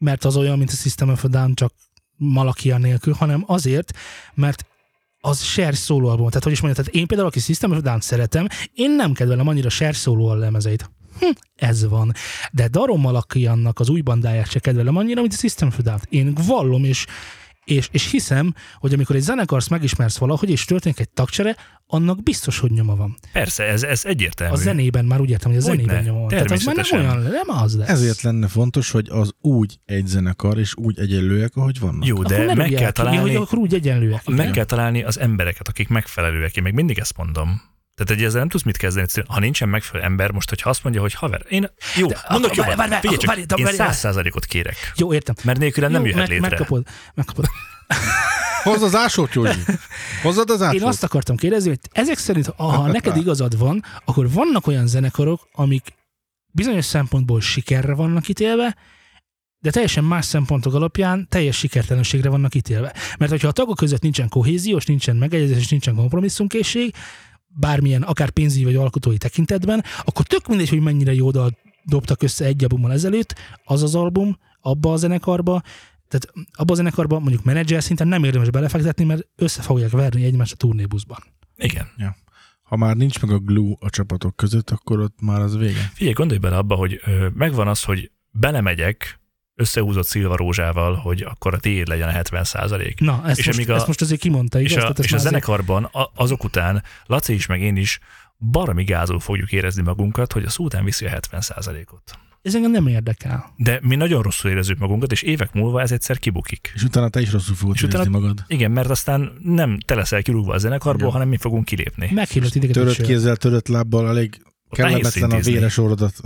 mert az olyan, mint a System of a Down, csak Malakia nélkül, hanem azért, mert az Cher szólóalbum. Tehát, hogy is mondjam, tehát én például, aki System of a Down szeretem, én nem kedvelem annyira Cher szóló lemezeit. Hm, ez van. De Daron Malakiannak az új bandáját se kedvelem annyira, mint a System of a Down. Én vallom, és, és, és hiszem, hogy amikor egy zenekarst megismersz valahogy, és történik egy tagcsere, annak biztos, hogy nyoma van. Persze, ez, ez egyértelmű. A zenében már úgy értem, hogy a Hogyne, zenében nyoma van. Tehát az már nem olyan, nem az lesz. Ezért lenne fontos, hogy az úgy egy zenekar, és úgy egyenlőek, ahogy vannak. Jó, de meg kell találni, hogy akkor úgy egyenlőek. Meg kell találni az embereket, akik megfelelőek. Én meg mindig ezt mondom. Tehát egy ezzel nem tudsz mit kezdeni. Ha nincsen megfelelő ember, most, hogyha azt mondja, hogy haver, én jó, de, mondok akkor, jobban, várj, várj, figyelj csak, várj, várj, én száz százalékot kérek. Jó, értem. Mert nélküle nem jöhet meg, létre. Megkapod, megkapod. Hozd az ásót, Józsi! Hozzad az ásót! Én azt akartam kérdezni, hogy ezek szerint, ha neked igazad van, akkor vannak olyan zenekarok, amik bizonyos szempontból sikerre vannak ítélve, de teljesen más szempontok alapján teljes sikertelenségre vannak ítélve. Mert hogyha a tagok között nincsen kohéziós, nincsen megegyezés, és nincsen kompromisszumkészség, bármilyen, akár pénzügyi vagy alkotói tekintetben, akkor tök mindegy, hogy mennyire jó dalt dobtak össze egy albummal ezelőtt, az az album, abba a zenekarba, tehát abba a zenekarban mondjuk menedzser szinten nem érdemes belefektetni, mert össze fogják verni egymást a turnébuszban. Igen. Ja. Ha már nincs meg a glue a csapatok között, akkor ott már az vége. Figyelj, gondolj bele abba, hogy ö, megvan az, hogy belemegyek összehúzott szilvarózsával, hogy akkor a tiéd legyen a hetven százalék. Na, ezt, és most, a, ezt most azért kimondta, igaz? És a, és a zenekarban a, azok után Laci is, meg én is baromi gázul fogjuk érezni magunkat, hogy a szó után viszi a hetven százalékot. Ez engem nem érdekel. De mi nagyon rosszul érezzük magunkat, és évek múlva ez egyszer kibukik. És utána te is rosszul fogod érezni utána, magad. Igen, mert aztán nem te leszel kirúgva a zenekarból, igen, hanem mi fogunk kilépni. Meghívott ideket. Törött kézzel, törött lábbal, elég kellemetlen a véres orrodat.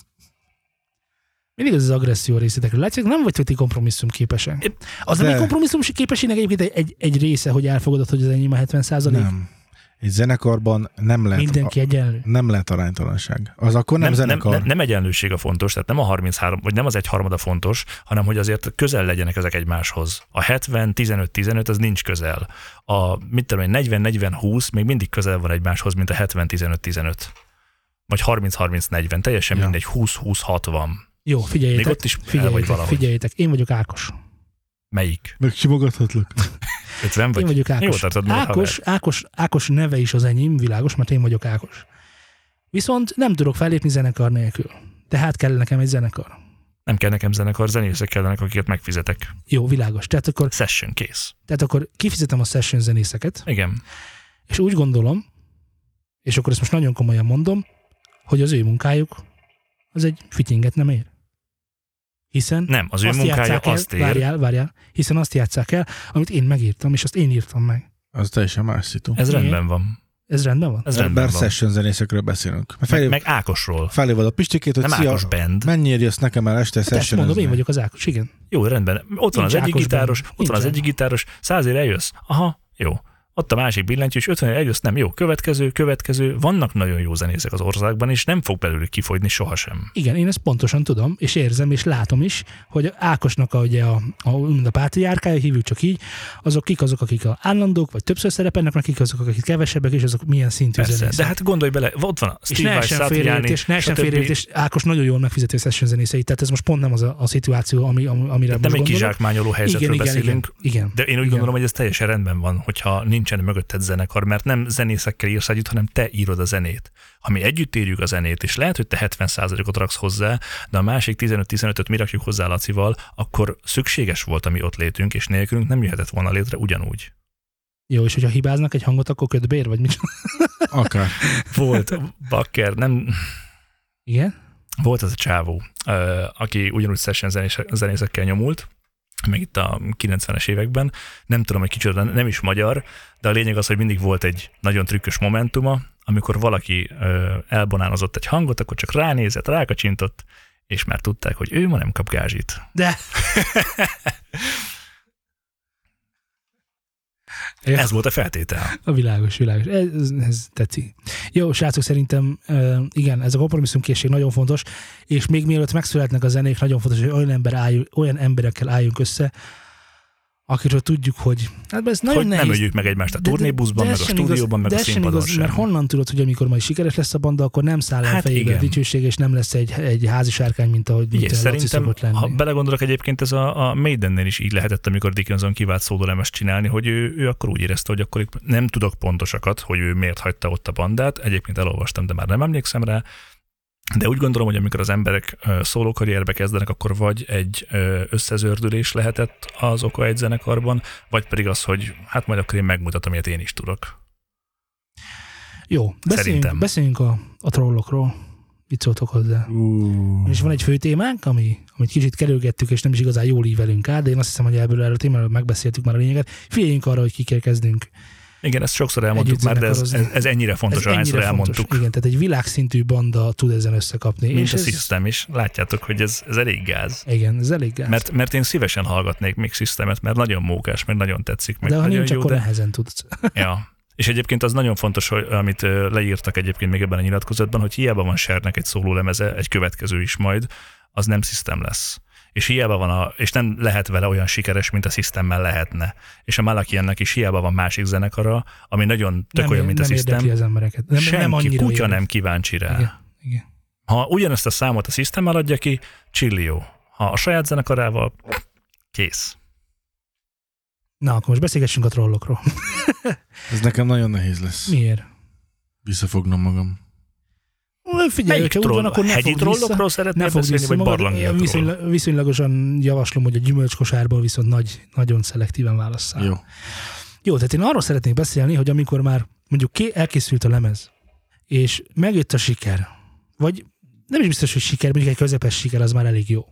Mindig az az agresszió részletekről. Látszik, nem vagytok ti kompromisszumképesek. Az de... nem egy kompromisszumképességnek egyébként egy, egy, egy része, hogy elfogadod, hogy az enyém a hetven százalék? Nem. Egy zenekarban nem lehet, mindenki egyenlő. Nem lehet aránytalanság. Az akkor nem, nem zenekar. Nem, nem, nem egyenlőség a fontos, tehát nem a harminchárom, vagy nem az egy harmada fontos, hanem hogy azért közel legyenek ezek egymáshoz. A hetven tizenöt tizenöt az nincs közel. A mit tudom én, negyven negyven húsz még mindig közel van egymáshoz, mint a hetven tizenöt tizenöt. Vagy harminc harminc negyven, teljesen ja. mindegy, húsz húsz hatvan. Jó, figyeljetek. Még ott is figyeljetek, figyeljetek. Én vagyok Ákos. Melyik? Megsimogathatlak. ötven vagy? Én vagyok Ákos. Tartod, Ákos, Ákos, Ákos neve is az enyém, világos, mert én vagyok Ákos. Viszont nem tudok fellépni zenekar nélkül. Tehát kell nekem egy zenekar. Nem kell nekem zenekar, zenészek kellenek, akiket megfizetek. Jó, világos. Tehát akkor, session, kész. Tehát akkor kifizetem a session zenészeket. Igen. És úgy gondolom, és akkor ezt most nagyon komolyan mondom, hogy az ő munkájuk az egy fittinget nem ér. Hiszen nem, az ő munkája el, azt ér. Várjál, várjál. Hiszen azt játsszák el, amit én megírtam, és azt én írtam meg. Az teljesen más szitu. Ez igen. rendben van. Ez rendben van? Ez rendben Bár van. session zenészekről beszélünk. Meg, meg Ákosról. Felévad a Pistikét, hogy nem szia, Ákos band. Mennyire jössz nekem el este session. Ezt mondom, én vagyok az Ákos, igen. Jó, rendben. Ott van Nincs az egyik Ákos gitáros, band. ott van az egyik gitáros, százért eljössz. Aha, jó. Ott a másik billentyű, és ötven eljössz, nem jó. Következő, következő. Vannak nagyon jó zenészek az országban, és nem fog belőlük kifogyni sohasem. Igen, én ezt pontosan tudom, és érzem, és látom is, hogy Ákosnak a, ugye a, a, a pátriárkája, hívjuk csak így, azok kik azok, akik a állandók, vagy többször szerepelnek, akik azok, akik kevesebbek, és azok milyen szintű Persze, zenészek. de hát gondolj bele, ott van a Steve Vai, Satriani, és ne essen félreértés, Ákos nagyon jól megfizeti a session zenészeit, tehát ez most pont nem az a, a szituáció, ami, amire nem egy kizsákmányoló helyzetről igen, beszélünk, igen, igen, de én úgy igen. gondolom, hogy ez teljesen rendben van, hogyha nincsen mögötted zenekar, mert nem zenészekkel írsz együtt, hanem te írod a zenét. Ha mi együtt írjuk a zenét, és lehet, hogy te hetven százalékot raksz hozzá, de a másik tizenöt tizenötöt mi rakjuk hozzá Lacival, akkor szükséges volt a mi ott létünk, és nélkülünk nem jöhetett volna létre ugyanúgy. Jó, és hogyha hibáznak egy hangot, akkor köt bér, vagy mit? Akár. Volt, bakker, nem... Igen? Volt az a csávó, aki ugyanúgy session zenészekkel nyomult, meg itt a kilencvenes években, nem tudom, hogy kicsoda, nem is magyar, de a lényeg az, hogy mindig volt egy nagyon trükkös momentuma, amikor valaki ö, elbanánozott egy hangot, akkor csak ránézett, rákacsintott, és már tudták, hogy ő ma nem kap gázsit. De... Ez volt a feltétel. A világos, világos. Ez, ez tetszik. Jó, srácok, szerintem igen, ez a kompromisszumkészség nagyon fontos, és még mielőtt megszületnek a zenék, nagyon fontos, hogy olyan, ember állj, olyan emberekkel álljunk össze, akiről tudjuk, hogy... Hát ez nagyon hogy nehéz. nem öljük meg egymást a turnébuszban, meg a stúdióban, meg de a ez sem színpadon igaz, sem. mert honnan tudod, hogy amikor majd sikeres lesz a banda, akkor nem száll el Hát fejébe a igen. dicsőség, és nem lesz egy, egy házi sárkány, mint ahogy mint Igen, Laci szerintem, szokott lenni. ha belegondolok, egyébként ez a, a Maidennél is így lehetett, amikor Dickinson kivált szólólemezt csinálni, hogy ő, ő akkor úgy érezte, hogy akkor itt nem tudok pontosakat, hogy ő miért hagyta ott a bandát. Egyébként elolvastam, de már nem emlékszem rá. De úgy gondolom, hogy amikor az emberek szólókarrierbe kezdenek, akkor vagy egy összezördülés lehetett az oka egy zenekarban, vagy pedig az, hogy hát majd akkor én megmutatom, ilyet én is tudok. Jó, beszéljünk, beszéljünk a, a trollokról. Mit szóltok hozzá? Uh. És van egy fő témánk, ami, amit kicsit kerülgettük, és nem is igazán jól ívelünk át, de én azt hiszem, hogy ebből erről a témáról megbeszéltük már a lényeget. Figyeljünk arra, hogy kikkel kezdünk. Igen, ezt sokszor elmondtuk már, de ez, ez, ez ennyire fontos, ez ahányszor elmondtuk. Fontos. Igen, tehát egy világszintű banda tud ezen összekapni. Mint és a ez... System is. Látjátok, hogy ez, ez elég gáz. Igen, ez elég gáz. Mert, mert én szívesen hallgatnék még Systemet, mert nagyon mókás, meg nagyon tetszik. Meg de ha nagyon nincs, jó, akkor de... nehezen tudsz. Ja. És egyébként az nagyon fontos, hogy, amit leírtak egyébként még ebben a nyilatkozatban, hogy hiába van Chernek egy szólólemeze, egy következő is majd, az nem System lesz. És hiába van a, és nem lehet vele olyan sikeres, mint a Systemmel lehetne. És a Malakiannak is hiába van másik zenekara, ami nagyon tök nem, olyan, mint nem a System. Az embereket. Nem, Senki, nem annyira kutya érdekel. nem kíváncsi rá. Igen, igen. Ha ugyanezt a számot a Systemmel adja ki, csillió. Ha a saját zenekarával, kész. Na, akkor most beszélgessünk a trollokról. Ez nekem nagyon nehéz lesz. Miért? Visszafognom magam. Figyelj, Melyik hogyha úgy van, akkor ne hegyi fogd trollokról vissza. szeretnél Ne fogd beszélni, vissza vagy magad. barlangiakról? Viszonylag, viszonylagosan javaslom, hogy a gyümölcskosárból viszont nagy, nagyon szelektíven válasszál. Jó. Jó, tehát én arról szeretnék beszélni, hogy amikor már mondjuk elkészült a lemez, és megjött a siker, vagy nem is biztos, hogy siker, mondjuk egy közepes siker, az már elég jó.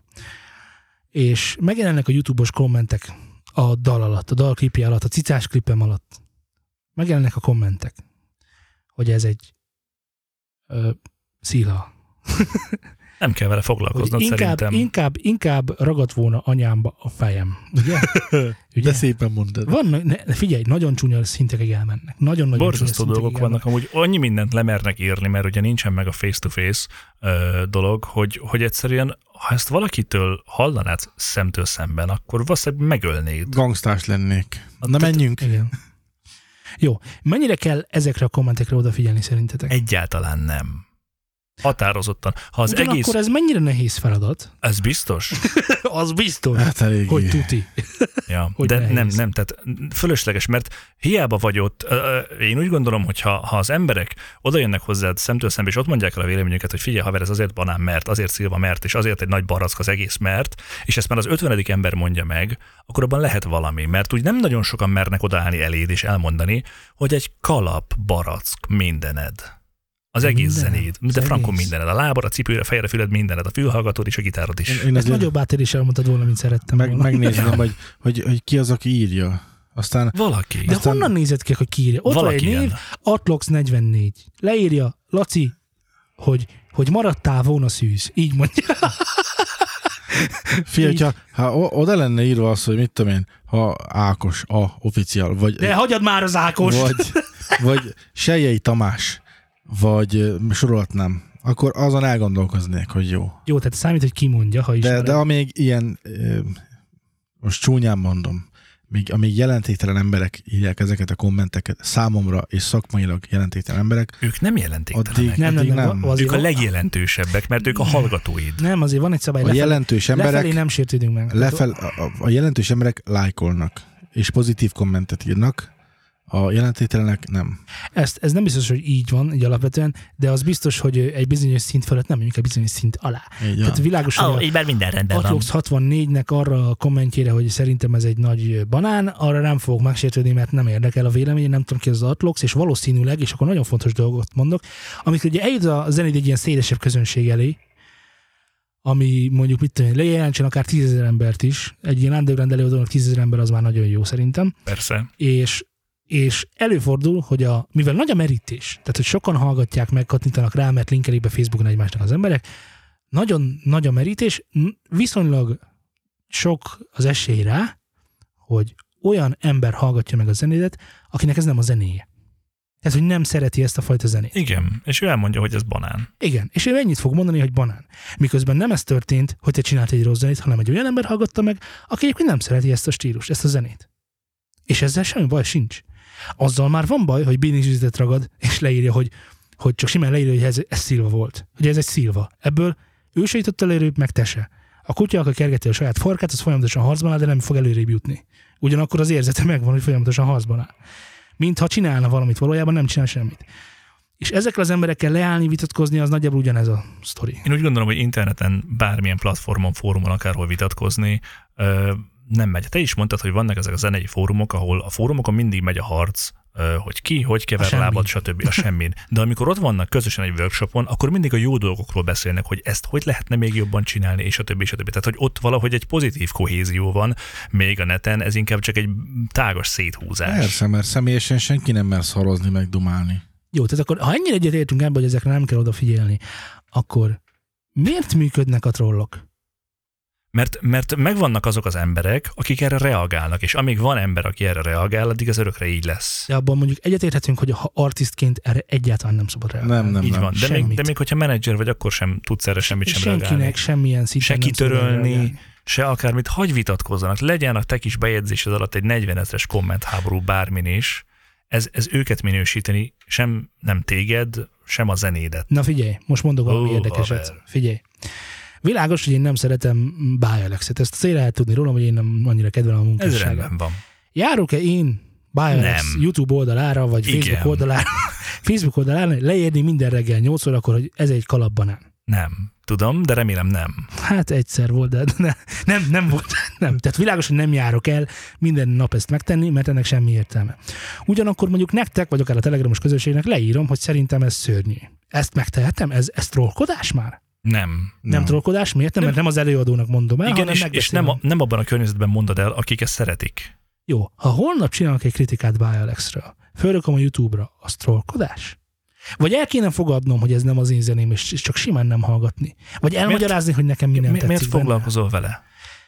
És megjelennek a YouTube-os kommentek a dal alatt, a dal klipje alatt, a cicás klipem alatt. Megjelennek a kommentek, hogy ez egy ö, szila. Nem kell vele foglalkoznod inkább, szerintem. Inkább, inkább ragadt volna anyámba a fejem. Ugye? Ugye? De szépen mondtad. Van, ne, figyelj, nagyon csúnya szintekig elmennek. Nagyon-nagyon Borzasztó dolgok vannak, amúgy annyi mindent lemernek írni, mert ugye nincsen meg a face-to-face ö, dolog, hogy, hogy egyszerűen, ha ezt valakitől hallanád szemtől szemben, akkor valószínűleg megölnéd. Gangstás lennék. Na menjünk. Igen. Jó. Mennyire kell ezekre a kommentekre odafigyelni szerintetek? Egyáltalán nem. Határozottan. Ha az Ugyanakkor egész... ez mennyire nehéz feladat? Ez biztos? Az biztos, Hát eléggé. hogy tuti. Ja, Hogy de nehéz. nem, nem, tehát fölösleges, mert hiába vagy ott, én úgy gondolom, hogy ha, ha az emberek oda jönnek hozzád szemtől szembe, és ott mondják el a véleményüket, hogy figyelj, haver, ez azért banán, mert, azért szilva, mert, és azért egy nagy barack az egész, mert, és ezt már az ötvenedik ember mondja meg, akkor abban lehet valami, mert úgy nem nagyon sokan mernek odaállni eléd és elmondani, hogy egy kalap barack mindened. Az egész Minden, zenéd, az de frankon egész. mindened, a lábad, a cipőre, fejre, füled, mindened, a fülhallgatód és a gitárod is. Én, én Ezt azért nagyobb átérés elmondtad volna, mint szerettem meg, volna. megnézném, hogy, hogy, hogy ki az, aki írja. Aztán Valaki. De Aztán- honnan nézett ki, hogy ki írja? Ott van egy Valaki név, jön. Atlox negyvennégy. Leírja, Laci, hogy, hogy maradtál volna szűz. Így mondja. figyelj, hogyha, ha o- oda lenne írva az, hogy mit tudom én, ha Ákos, a oficiál, vagy, De hagyjad már az Ákos. vagy, vagy Sejjei Tamás, vagy ö, sorolhatnám, akkor azon elgondolkoznék, hogy jó. Jó, tehát számít, hogy ki mondja, ha De, ismered. de amíg ilyen, ö, most csúnyán mondom, míg, amíg jelentéktelen emberek írják ezeket a kommenteket, számomra és szakmailag jelentéktelen emberek, Ők nem jelentéktelenek. addig nem, nem, addig nem, nem. az- Ők a legjelentősebbek, mert ők a hallgatóid. Nem, azért van egy szabály. A Lefelé, jelentős lefelé emberek nem sértődünk meg. lefel, a, a jelentős emberek lájkolnak, és pozitív kommentet írnak, a jelentéktelenek nem. Ezt, ez nem biztos, hogy így van, így alapvetően, de az biztos, hogy egy bizonyos szint felett nem, mondjuk egy bizonyos szint alá. Így, ja. Tehát világos, hogy a így már minden rendben Atlox hatvannégynek arra a kommentjére, hogy szerintem ez egy nagy banán, arra nem fogok megsértődni, mert nem érdekel a vélemény, nem tudom ki az Atlox, és valószínűleg, és akkor nagyon fontos dolgot mondok, amikor ugye eljut a zenét egy ilyen szélesebb közönség elé, ami mondjuk mit tudom, lejelentsen akár tízezer embert is, egy ilyen underground előadónak tízezer ember az már nagyon jó szerintem, Persze. és és előfordul, hogy a, mivel nagy a merítés, tehát hogy sokan hallgatják meg, kattintanak rá, mert linkelik be Facebookon egymásnak az emberek, nagyon nagy a merítés, viszonylag sok az esély rá, hogy olyan ember hallgatja meg a zenédet, akinek ez nem a zenéje. Tehát, hogy nem szereti ezt a fajta zenét. Igen, és ő elmondja, hogy ez banán. Igen, és ő ennyit fog mondani, hogy banán. Miközben nem ez történt, hogy te csinált egy rossz zenét, hanem egy olyan ember hallgatta meg, aki egyébként nem szereti ezt a stílust, ezt a zenét. És ezzel semmi baj sincs. Azzal már van baj, hogy bénizsítet ragad, és leírja, hogy, hogy csak simán leírja, hogy ez, ez szilva volt. Hogy ez egy szilva. Ebből ő se jutott előrébb, meg te se. A kutya, aki kergeti a saját farkát, az folyamatosan harcban áll, de nem fog előrébb jutni. Ugyanakkor az érzete megvan, hogy folyamatosan harcban áll. Mintha csinálna valamit, valójában nem csinál semmit. És ezekkel az emberekkel leállni, vitatkozni, az nagyjából ugyanez a sztori. Én úgy gondolom, hogy interneten bármilyen platformon, fórumon, akárhol vitatkozni, ö, nem megy. Te is mondtad, hogy vannak ezek a zenei fórumok, ahol a fórumokon mindig megy a harc, ö, hogy ki, hogy kever lábad, stb. A semmin. De amikor ott vannak közösen egy workshopon, akkor mindig a jó dolgokról beszélnek, hogy ezt hogy lehetne még jobban csinálni, és a többi, és a többi. Tehát, hogy ott valahogy egy pozitív kohézió van, még a neten, ez inkább csak egy tágas széthúzás. Persze, mert személyesen senki nem mer szarozni, meg dumálni. Jó, tehát akkor, ha ennyire egyetértünk ebben, hogy ezekre nem kell odafigyelni, akkor miért működnek a trollok? Mert, mert megvannak azok az emberek, akik erre reagálnak, és amíg van ember, aki erre reagál, addig az örökre így lesz. De abban mondjuk egyetérthetünk, hogy ha artistként erre egyáltalán nem szabad reagálni. Nem, nem, így nem. van. De még, de még hogyha menedzser vagy, akkor sem tudsz erre semmit sem Senkinek reagálni. semmilyen Se szinten nem szabad kitörölni, reagálni. se akármit, hagy vitatkozzanak. Legyen a te kis bejegyzésed alatt egy negyven ezres kommentháború bármin is. Ez, ez őket minősíteni, sem nem téged, sem a zenédet. Na figyelj, most mondok valami Ó, érdekeset. haver. Figyelj. Világos, hogy én nem szeretem Báj Alexet. Ezt azért lehet tudni rólam, hogy én nem annyira kedvelem a Ez munkásságát. rendben van. Járok-e én Báj Alex Nem. YouTube oldalára, vagy Igen. Facebook oldalára, Facebook oldalára leírni minden reggel nyolc órakor, hogy ez egy kalapbanán. Nem. Tudom, de remélem nem. Hát egyszer volt, de ne, nem, nem volt. Nem. Tehát világos, hogy nem járok el minden nap ezt megtenni, mert ennek semmi értelme. Ugyanakkor mondjuk nektek, vagy akár a Telegramos közösségnek leírom, hogy szerintem ez szörnyű. Ezt megtehetem? Ez, ez trollkodás már? Nem. Nem, Nem. trollkodás? Miért nem? Nem. Mert nem az előadónak mondom el, Igen, hanem és, és nem, megbeszélem. a, nem abban a környezetben mondod el, akik ezt szeretik. Jó, ha holnap csinálok egy kritikát Báj Alexről, fölrakom a YouTube-ra, az trollkodás? Vagy el kéne fogadnom, hogy ez nem az én zeném, és csak simán nem hallgatni? Vagy elmagyarázni, hogy nekem mi nem Mi, tetszik miért benne? foglalkozol vele?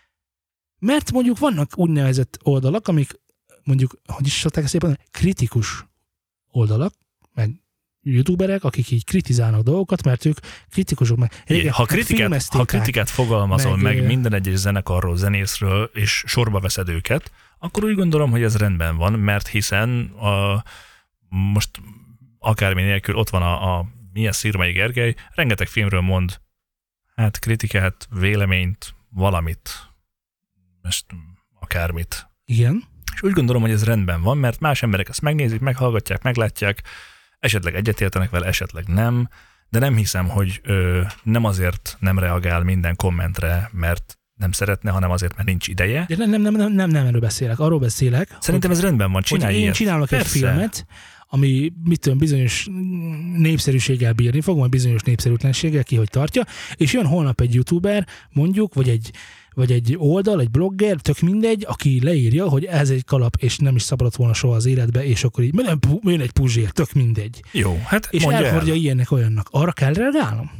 Mert mondjuk vannak úgynevezett oldalak, amik mondjuk, hogy is szokták ezt szépen, kritikus oldalak, meg youtuberek, akik így kritizálnak dolgokat, mert ők kritikusok. Meg, régen, Ha meg kritikát, filmezték ha kritikát fogalmazol meg, meg, ö, meg minden egyes zenekarról, zenészről, és sorba veszed őket, akkor úgy gondolom, hogy ez rendben van, mert hiszen a, most akármi nélkül ott van a, a milyen Szirmai Gergely, rengeteg filmről mond hát kritikát, véleményt, valamit, most akármit. Igen. És úgy gondolom, hogy ez rendben van, mert más emberek ezt megnézik, meghallgatják, meglátják, esetleg egyetértenek vele, esetleg nem, de nem hiszem, hogy ö, nem azért nem reagál minden kommentre, mert nem szeretne, hanem azért, mert nincs ideje. De nem, nem, nem, nem, nem, nem erről beszélek. Arról beszélek, Szerintem ez rendben van, hogy, csinálj hogy én ilyet. csinálok egy Persze. filmet, ami mit tudom, bizonyos népszerűséggel bírni fog, majd bizonyos népszerűtlenséggel ki, hogy tartja, és jön holnap egy youtuber, mondjuk, vagy egy, vagy egy oldal, egy blogger, tök mindegy, aki leírja, hogy ez egy kalap, és nem is szabadott volna soha az életbe, és akkor így nem, jön egy puzsér, tök mindegy. Jó, hát És mondja el. elhordja ilyennek olyannak. Arra kell reagálnom?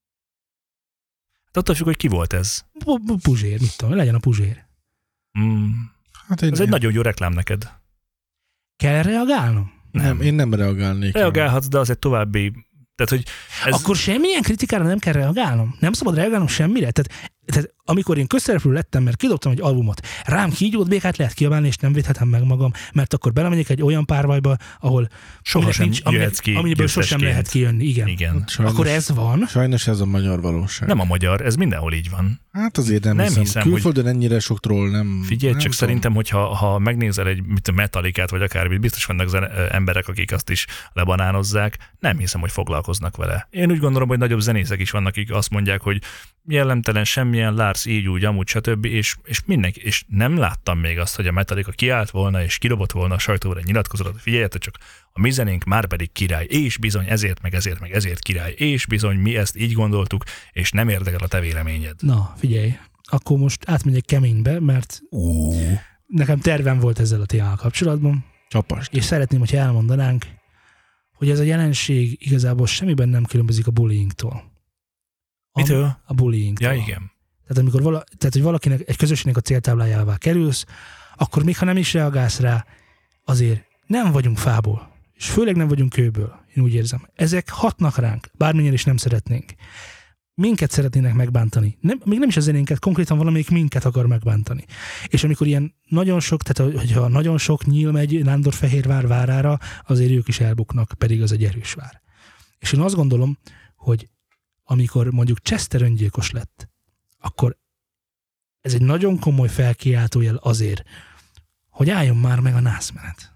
Hát attól függ, hogy ki volt ez. Pu- pu- Puzsér, mit tudom, legyen a puzsér. Mm, Hát én, ez egy nagyon jó reklám neked. Kell reagálnom? nem, én nem reagálnék. Reagálhatsz, de az egy további... Tehát, hogy ez... Akkor semmilyen kritikára nem kell reagálnom? Nem szabad reagálnom semmire? Tehát, tehát amikor én közszereplő lettem, mert kidobtam egy albumot, rám kígyót békát lehet kiabálni, és nem védhetem meg magam, mert akkor belemegyek egy olyan párbajba, ahol soha sem nincs, aminek, jöhetsz ki amiből sosem győztesként. lehet kijönni. Igen. Igen. Sajnos, Akkor ez van. Sajnos ez a magyar valóság. Nem a magyar, ez mindenhol így van. Hát azért nem, Nem hiszem. hiszem, Külföldön ennyire sok troll nem... Figyelj, nem csak tudom. szerintem, hogyha ha megnézel egy mit, tudom, Metallicát, vagy akármit, biztos vannak zene, emberek, akik azt is lebanánozzák, nem hiszem, hogy foglalkoznak vele. Én úgy gondolom, hogy nagyobb zenészek is vannak, akik azt mondják, hogy jellemtelen semmilyen, Lars így úgy, amúgy, stb. És, és mindenki, és nem láttam még azt, hogy a Metallica kiállt volna, és kidobott volna a sajtóra egy nyilatkozatot, figyeljetek csak, a mi zenénk már pedig király, és bizony ezért, meg ezért, meg ezért király, és bizony mi ezt így gondoltuk, és nem érdekel a te véleményed. Na, figyelj. Akkor most átmegyek keménybe, mert Uh. nekem tervem volt ezzel a témával kapcsolatban, Csapast. és szeretném, hogyha elmondanánk, hogy ez a jelenség igazából semmiben nem különbözik a bullyingtól. A, Mitől? A bullyingtól. Ja, igen. Tehát amikor vala, tehát, hogy valakinek, egy közösségnek a céltáblájává kerülsz, akkor még ha nem is reagálsz rá, azért nem vagyunk fából. és főleg nem vagyunk kőből, én úgy érzem. Ezek hatnak ránk, bármilyen is nem szeretnénk. Minket szeretnének megbántani. Nem, még nem is a zenénket, konkrétan valamelyik minket akar megbántani. És amikor ilyen nagyon sok, tehát hogyha nagyon sok nyíl megy Nándorfehérvár várára, azért ők is elbuknak, pedig az egy erős vár. És én azt gondolom, hogy amikor mondjuk Chester öngyilkos lett, akkor ez egy nagyon komoly felkiáltójel azért, hogy álljon már meg a nászmenet.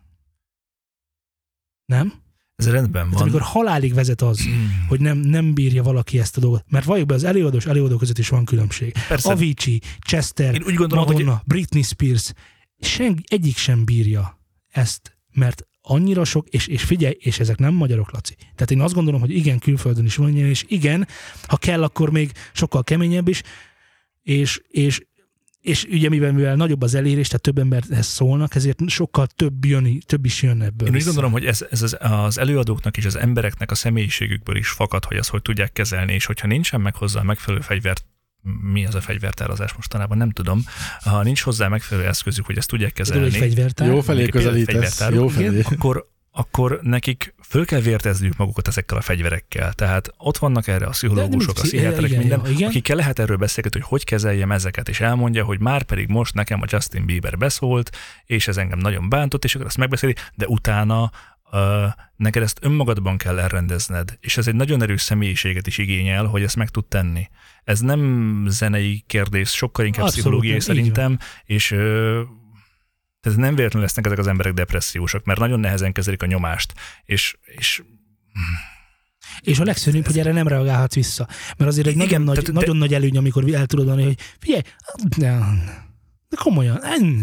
Nem? Ez rendben van. Tehát amikor halálig vezet az, hogy nem, nem bírja valaki ezt a dolgot. Mert valljuk be, az előadós előadó között is van különbség. Persze. Avicii, Chester, Én úgy gondolom, Madonna, hogy... Britney Spears, sen, egyik sem bírja ezt, mert annyira sok, és, és figyelj, és ezek nem magyarok, Laci. Tehát én azt gondolom, hogy igen, külföldön is van ilyen, és igen, ha kell, akkor még sokkal keményebb is, és, és És ugye mivel, mivel nagyobb az elérés, tehát több emberhez szólnak, ezért sokkal több, jön, több is jön ebből. Én úgy vissza. gondolom, hogy ez, ez az, az előadóknak és az embereknek a személyiségükből is fakad, hogy ezt hogy tudják kezelni, és hogyha nincsen meg hozzá a megfelelő fegyvert, mi az a fegyvertározás mostanában, nem tudom, ha nincs hozzá megfelelő eszközük, hogy ezt tudják kezelni. Egy fegyvertár. Jó felé közelítesz. Jó felé. Akkor, akkor nekik föl kell vértezniük magukat ezekkel a fegyverekkel. Tehát ott vannak erre a pszichológusok, a pszichiáterek, minden, igen. akikkel lehet erről beszélgetni, hogy hogy kezeljem ezeket, és elmondja, hogy már pedig most nekem a Justin Bieber beszólt, és ez engem nagyon bántott, és akkor azt megbeszéli, de utána uh, neked ezt önmagadban kell elrendezned, és ez egy nagyon erős személyiséget is igényel, hogy ezt meg tud tenni. Ez nem zenei kérdés, sokkal inkább Abszolút pszichológiai nem, szerintem, és uh, tehát nem véletlenül lesznek ezek az emberek depressziósak, mert nagyon nehezen kezelik a nyomást, és, és És a legszörnyűbb, hogy erre nem reagálhatsz vissza. Mert azért egy igen, nagyon, nagy, tehát, nagyon de... nagy előny, amikor el tudod mondani, hogy figyelj, de, de komolyan,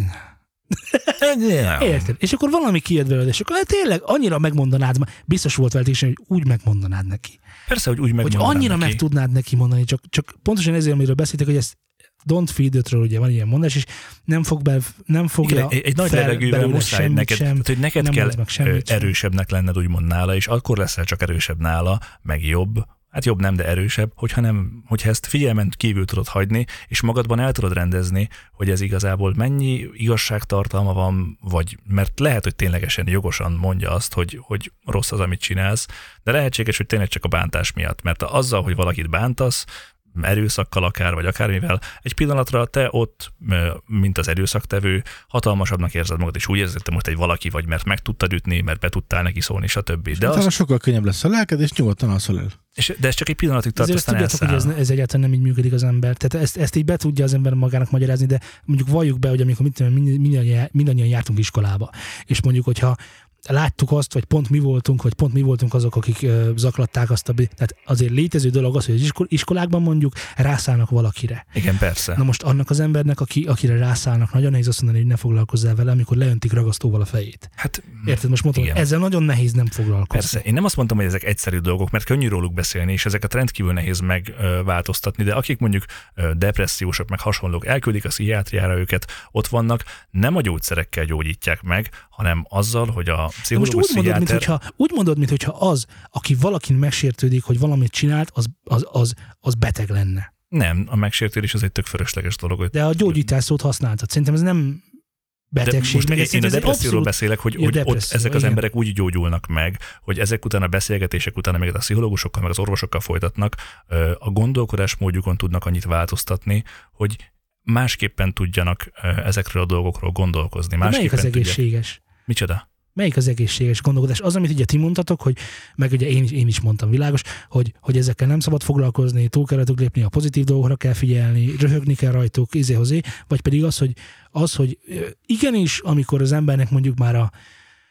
érted? És akkor valami kijött belőle, és akkor hát tényleg annyira megmondanád, biztos volt veled is, hogy úgy megmondanád neki. Persze, hogy úgy megmondanád Hogy annyira neki. meg tudnád neki mondani, csak, csak pontosan ezért, amiről beszéltek, hogy ezt don't feed it-ről, ugye van ilyen mondás, és nem fog be, nem fogja Igen, egy, egy nagy levegővel muszáj neked, sem, tehát, hogy neked kell erősebbnek lenned úgymond nála, és akkor leszel csak erősebb nála, meg jobb, hát jobb nem, de erősebb, hogyha, nem, hogyha ezt figyelmen kívül tudod hagyni, és magadban el tudod rendezni, hogy ez igazából mennyi igazságtartalma van, vagy mert lehet, hogy ténylegesen jogosan mondja azt, hogy, hogy rossz az, amit csinálsz, de lehetséges, hogy tényleg csak a bántás miatt, mert azzal, hogy valakit bántasz, erőszakkal akár, vagy akármivel, egy pillanatra te ott, mint az erőszaktevő, hatalmasabbnak érzed magad, és úgy érzed, hogy most egy valaki vagy, mert meg tudtad ütni, mert be tudtál neki szólni, stb. De az... az... sokkal könnyebb lesz a lelked, és nyugodtan alszol el. És, de ez csak egy pillanatig tart, aztán elszáll. Hogy ez, ez egyáltalán nem így működik az ember. Tehát ezt, ezt így be tudja az ember magának magyarázni, de mondjuk valljuk be, hogy amikor mindannyian, mindannyian jártunk iskolába, és mondjuk, hogyha láttuk azt, vagy pont mi voltunk, vagy pont mi voltunk azok, akik uh, zaklatták azt a... Tehát azért létező dolog az, hogy az iskolákban mondjuk rászállnak valakire. Igen, persze. Na most annak az embernek, aki, akire rászállnak, nagyon nehéz azt mondani, hogy ne foglalkozzál vele, amikor leöntik ragasztóval a fejét. Hát, érted? Most mondtam, hogy ezzel nagyon nehéz nem foglalkozni. Persze. Én nem azt mondtam, hogy ezek egyszerű dolgok, mert könnyű róluk beszélni, és ezeket rendkívül nehéz megváltoztatni, de akik mondjuk depressziósak, meg hasonlók, elküldik a pszichiátriára őket, ott vannak, nem a gyógyszerekkel gyógyítják meg, hanem azzal, hogy a pszichológus, most úgy mondod, pszichiáter... mintha, úgy mondod, mintha az, aki valakin megsértődik, hogy valamit csinált, az, az, az, az beteg lenne. Nem, a megsértődés az egy tök fölösleges dolog. Hogy... De a gyógyítás szót használtad. Szerintem ez nem betegség. Most meg én, ez én a depresszióról abszolút... beszélek, hogy, ja, hogy ott ezek az igen. emberek úgy gyógyulnak meg, hogy ezek után a beszélgetések után, amiket a pszichológusokkal, meg az orvosokkal folytatnak, a gondolkodásmódjukon tudnak annyit változtatni, hogy másképpen tudjanak ezekről a dolgokról gondolkozni. De melyik az egészséges? Tudják... Micsoda? Melyik az egészséges gondolkodás? Az, amit ugye ti mondtatok, hogy, meg ugye én, én is mondtam, világos, hogy, hogy ezekkel nem szabad foglalkozni, túl kell rajtuk lépni, a pozitív dolgokra kell figyelni, röhögni kell rajtuk, izé-hozé, vagy pedig az, hogy, az, hogy igenis, amikor az embernek mondjuk már a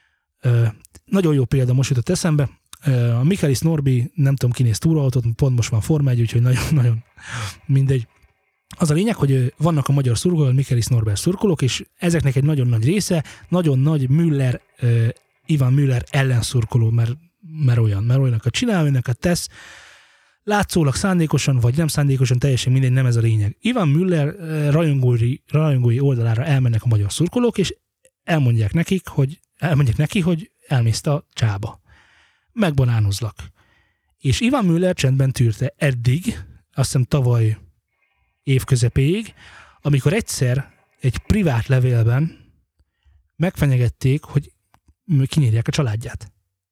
ö, nagyon jó példa most jutott eszembe, ö, a Michaelis Norbi, nem tudom, kinéz túraautót, pont most van Forma egy, úgyhogy nagyon-nagyon mindegy. Az a lényeg, hogy vannak a magyar szurkolók, Michaelis Norbert szurkolók, és ezeknek egy nagyon nagy része, nagyon nagy Müller, uh, Ivan Müller ellenszurkoló, mert, mert olyan, mert olyanokat csinál, olyanokat tesz, látszólag szándékosan, vagy nem szándékosan, teljesen mindegy, nem ez a lényeg. Ivan Müller uh, rajongói, rajongói oldalára elmennek a magyar szurkolók, és elmondják nekik, hogy elmondják neki, hogy elmész a csába. Megbanánozlak. És Ivan Müller csendben tűrte eddig, azt hiszem tavaly év közepéig, amikor egyszer egy privát levélben megfenyegették, hogy kinyírják a családját.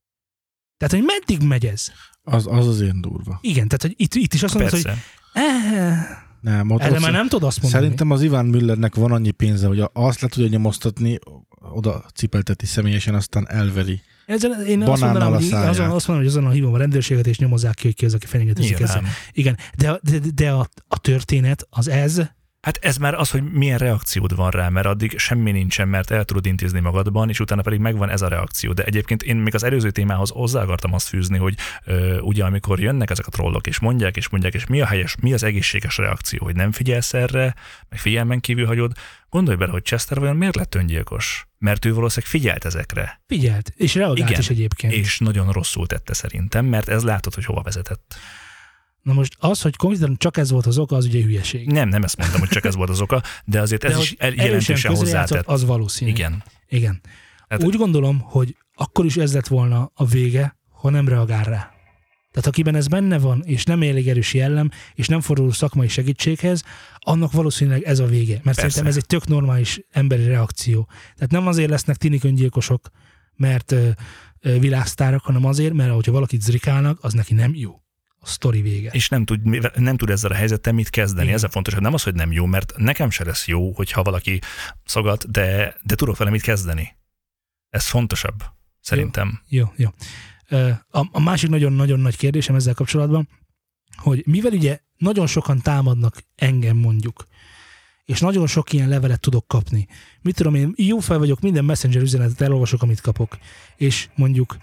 Tehát, hogy meddig megy ez? Az, az azért durva. Igen, tehát, hogy itt, itt is azt mondod, hogy eh, nem, ott erre már nem tudod azt mondani. Szerintem az Ivan Müllernek van annyi pénze, hogy azt le tudja nyomoztatni, oda cipelteti személyesen, aztán elveri. Ezzel én azt mondanám, hogy azon, azt mondom, hogy azon hívom a rendőrséget, és nyomozzák ki, hogy ki az, aki fenyegetőzik ezzel. Igen, de, de, de a, a történet az ez. Hát ez már az, hogy milyen reakciód van rá, mert addig semmi nincsen, mert el tudod intézni magadban, és utána pedig megvan ez a reakció. De egyébként én még az előző témához hozzá akartam azt fűzni, hogy ö, ugye amikor jönnek ezek a trollok, és mondják, és mondják, és mi a helyes, mi az egészséges reakció, hogy nem figyelsz erre, meg figyelmen kívül hagyod. Gondolj bele, hogy Chester vajon miért lett öngyilkos? Mert ő valószínűleg figyelt ezekre. Figyelt, és reagált igen, is egyébként. És nagyon rosszul tette szerintem, mert ez látod, hogy hova vezetett. Na most az, hogy konkrétan csak ez volt az oka, az ugye hülyeség. Nem, nem ezt mondtam, hogy csak ez volt az oka, de azért ez de is jelentősen hozzátett. Az valószínű. Igen. Igen. Hát, úgy gondolom, hogy akkor is ez lett volna a vége, ha nem reagál rá. Tehát akiben ez benne van, és nem elég erős jellem, és nem fordul szakmai segítséghez, annak valószínűleg ez a vége. Mert Persze. szerintem ez egy tök normális emberi reakció. Tehát nem azért lesznek tinik öngyilkosok, mert ö, ö, világsztárok, hanem azért, mert ahogy valakit zrikálnak, az neki nem jó. A sztori vége. És nem tud, nem tud ezzel a helyzettel mit kezdeni. Igen. Ez a fontos, hogy nem az, hogy nem jó, mert nekem se lesz jó, hogyha valaki szogat, de, de tudok vele mit kezdeni. Ez fontosabb, szerintem. Jó, jó. jó. A, a másik nagyon-nagyon nagy kérdésem ezzel kapcsolatban, hogy mivel ugye nagyon sokan támadnak engem mondjuk, és nagyon sok ilyen levelet tudok kapni. Mit tudom én, jó fel vagyok, minden messenger üzenetet elolvasok, amit kapok. És mondjuk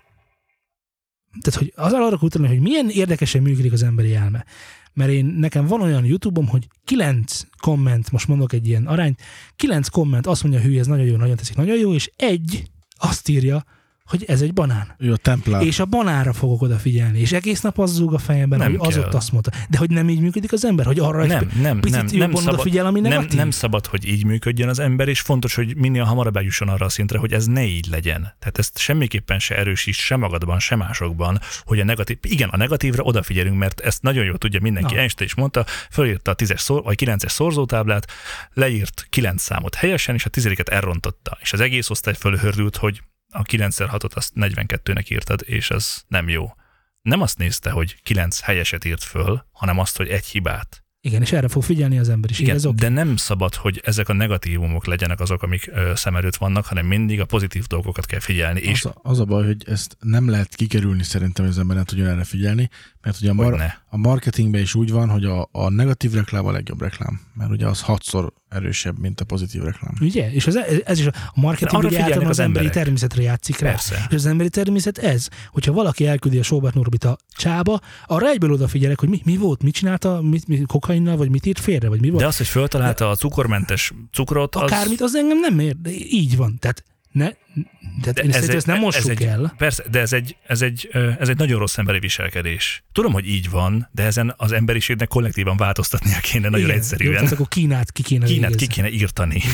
tehát, hogy az arra utalni, hogy milyen érdekesen működik az emberi elme. Mert én, nekem van olyan YouTube-om, hogy kilenc komment, most mondok egy ilyen arányt, kilenc komment azt mondja, hű, ez nagyon jó, nagyon teszik, nagyon jó, és egy azt írja, hogy ez egy banán. Ő a templár. És a banánra fogok odafigyelni, és egész nap az zúg a fejemben, nem hogy az ott azt mondta. De hogy nem így működik az ember, hogy arra nem, egy nem, picit nem, jobban nem odafigyel, ami nem, negatív. nem szabad, hogy így működjön az ember, és fontos, hogy minél hamarabb eljusson arra a szintre, hogy ez ne így legyen. Tehát ezt semmiképpen se erősíts, se magadban, se másokban, hogy a negatív, igen, a negatívra odafigyelünk, mert ezt nagyon jól tudja mindenki. Einstein is mondta, fölírta a tízes szor, vagy kilences szorzótáblát, leírt kilenc számot helyesen, és a tizediket elrontotta. És az egész osztály fölhördült, hogy a kilencszer hatot azt negyvenkettőnek írtad, és ez nem jó. Nem azt nézte, hogy kilenc helyeset írt föl, hanem azt, hogy egy hibát. Igen, és erre fog figyelni az ember is. Igen, ez okay. De nem szabad, hogy ezek a negatívumok legyenek azok, amik ö, szem előtt vannak, hanem mindig a pozitív dolgokat kell figyelni. Az, és a, az a baj, hogy ezt nem lehet kikerülni szerintem, hogy az ember nem tudjon erre figyelni, mert ugye a, mar- a marketingben is úgy van, hogy a, a negatív reklám a legjobb reklám, mert ugye az hatszor erősebb, mint a pozitív reklám. Ugye? És az, ez is a marketing ugye általában az emberi emberek. természetre játszik rá. Persze. És az emberi természet ez, hogyha valaki elküldi a Sobert Norbit a csába, arra egyből odafigyelek, hogy mi, mi volt, mit csinálta, mit, mit, kokainnal, vagy mit írt félre, vagy mi volt. De az, hogy föltalálta de, a cukormentes cukrot, az... Akármit, az engem nem ér, de így van. Tehát ne, tehát én ez egy, ezt nem mossuk ez egy, el. Persze, de ez egy, ez, egy, ez egy nagyon rossz emberi viselkedés. Tudom, hogy így van, de ezen az emberiségnek kollektívan változtatnia kéne nagyon igen, egyszerűen. Jó, tehát akkor Kínát ki kéne Kínát ki kéne írtani.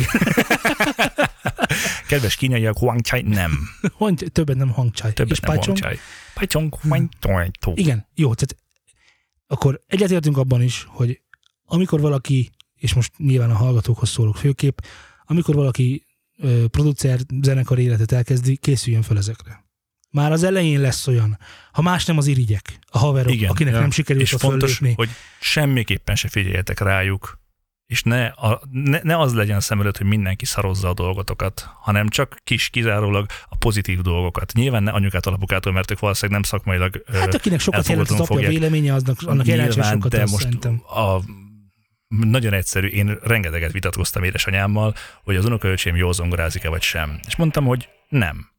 Kedves kínaiak, Huang Chai nem. Többet nem Huang Chai. Többet és nem Huang Chai. Pajcsong, Huang Chai. Igen, jó, tehát akkor egyetértünk abban is, hogy amikor valaki, és most nyilván a hallgatókhoz szólok főképp, amikor valaki ö, producer, zenekar életet elkezdi, készüljön fel ezekre. Már az elején lesz olyan, ha más nem az irigyek, a haverok, igen, akinek ja. nem sikerült és a fontos, föllépni. hogy semmiképpen se figyeljetek rájuk, és ne, a, ne, ne az legyen szem előtt, hogy mindenki szarozza a dolgotokat, hanem csak kis, kizárólag a pozitív dolgokat. Nyilván ne anyukától, apukától, mert ők valószínűleg nem szakmailag hát akinek sokat jelent az apja véleménye, aznak, annak jelentsen sokat. De most szerintem. a nagyon egyszerű, én rengeteget vitatkoztam édesanyámmal, hogy az unokaöcsém jól zongorázik-e vagy sem. És mondtam, hogy nem.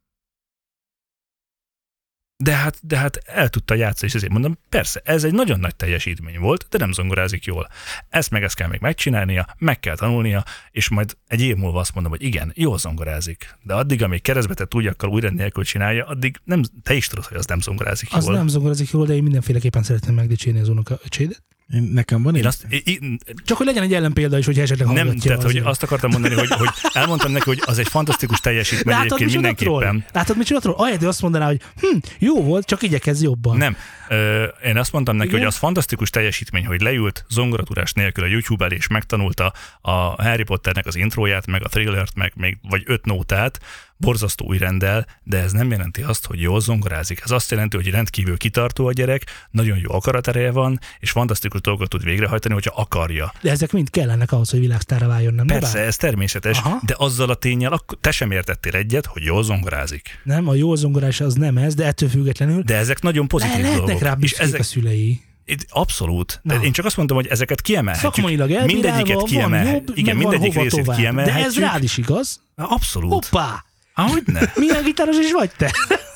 De hát, de hát el tudta játszani, és ezért mondom, persze, ez egy nagyon nagy teljesítmény volt, de nem zongorázik jól. Ezt meg ezt kell még megcsinálnia, meg kell tanulnia, és majd egy év múlva azt mondom, hogy igen, jól zongorázik. De addig, amíg keresztbe tett ujjakkal újra nélkül csinálja, addig nem, te is tudod, hogy az nem zongorázik jól. Az nem zongorázik jól, de én mindenféleképpen szeretném megdicsérni az unokaöcsédet. Én, nekem van én azt, én, Csak hogy legyen egy ellenpélda is, hogy esetleg hallgatja. Nem, tehát hogy azt akartam mondani, hogy, hogy elmondtam neki, hogy az egy fantasztikus teljesítmény egyébként mindenképpen. Látod, mit csinálod? Ahelyett azt mondaná, hogy hm, jó volt, csak igyekezz jobban. Nem. Ö, én azt mondtam neki, igen? hogy az fantasztikus teljesítmény, hogy leült zongoratúrás nélkül a YouTube elé, és megtanulta a Harry Potternek az intróját, meg a thrillert, meg még vagy öt nótát, borzasztó új renddel, de ez nem jelenti azt, hogy jól zongorázik. Ez azt jelenti, hogy rendkívül kitartó a gyerek, nagyon jó akaratereje van, és fantasztikus dolgokat tud végrehajtani, hogyha akarja. De ezek mind kellenek ahhoz, hogy világsztárra váljon, nem? Persze, bár? ez természetes, Aha. de azzal a ténnyel akkor te sem értettél egyet, hogy jól zongorázik. Nem, a jó zongorás az nem ez, de ettől függetlenül De ezek nagyon pozitív le- lehetnek dolgok. rá És büszkék ezek, a szülei. Itt abszolút. Na. De én csak azt mondtam, hogy ezeket kiemelhetjük. Szakmailag elbírálva Mindegyiket kiemel. van jobb, Igen, meg van mindegyik hova részét tovább. De ez kiemelhetjük. rád is igaz? Abszolút. Hoppá! Ahogyne. Milyen gitáros is vagy te?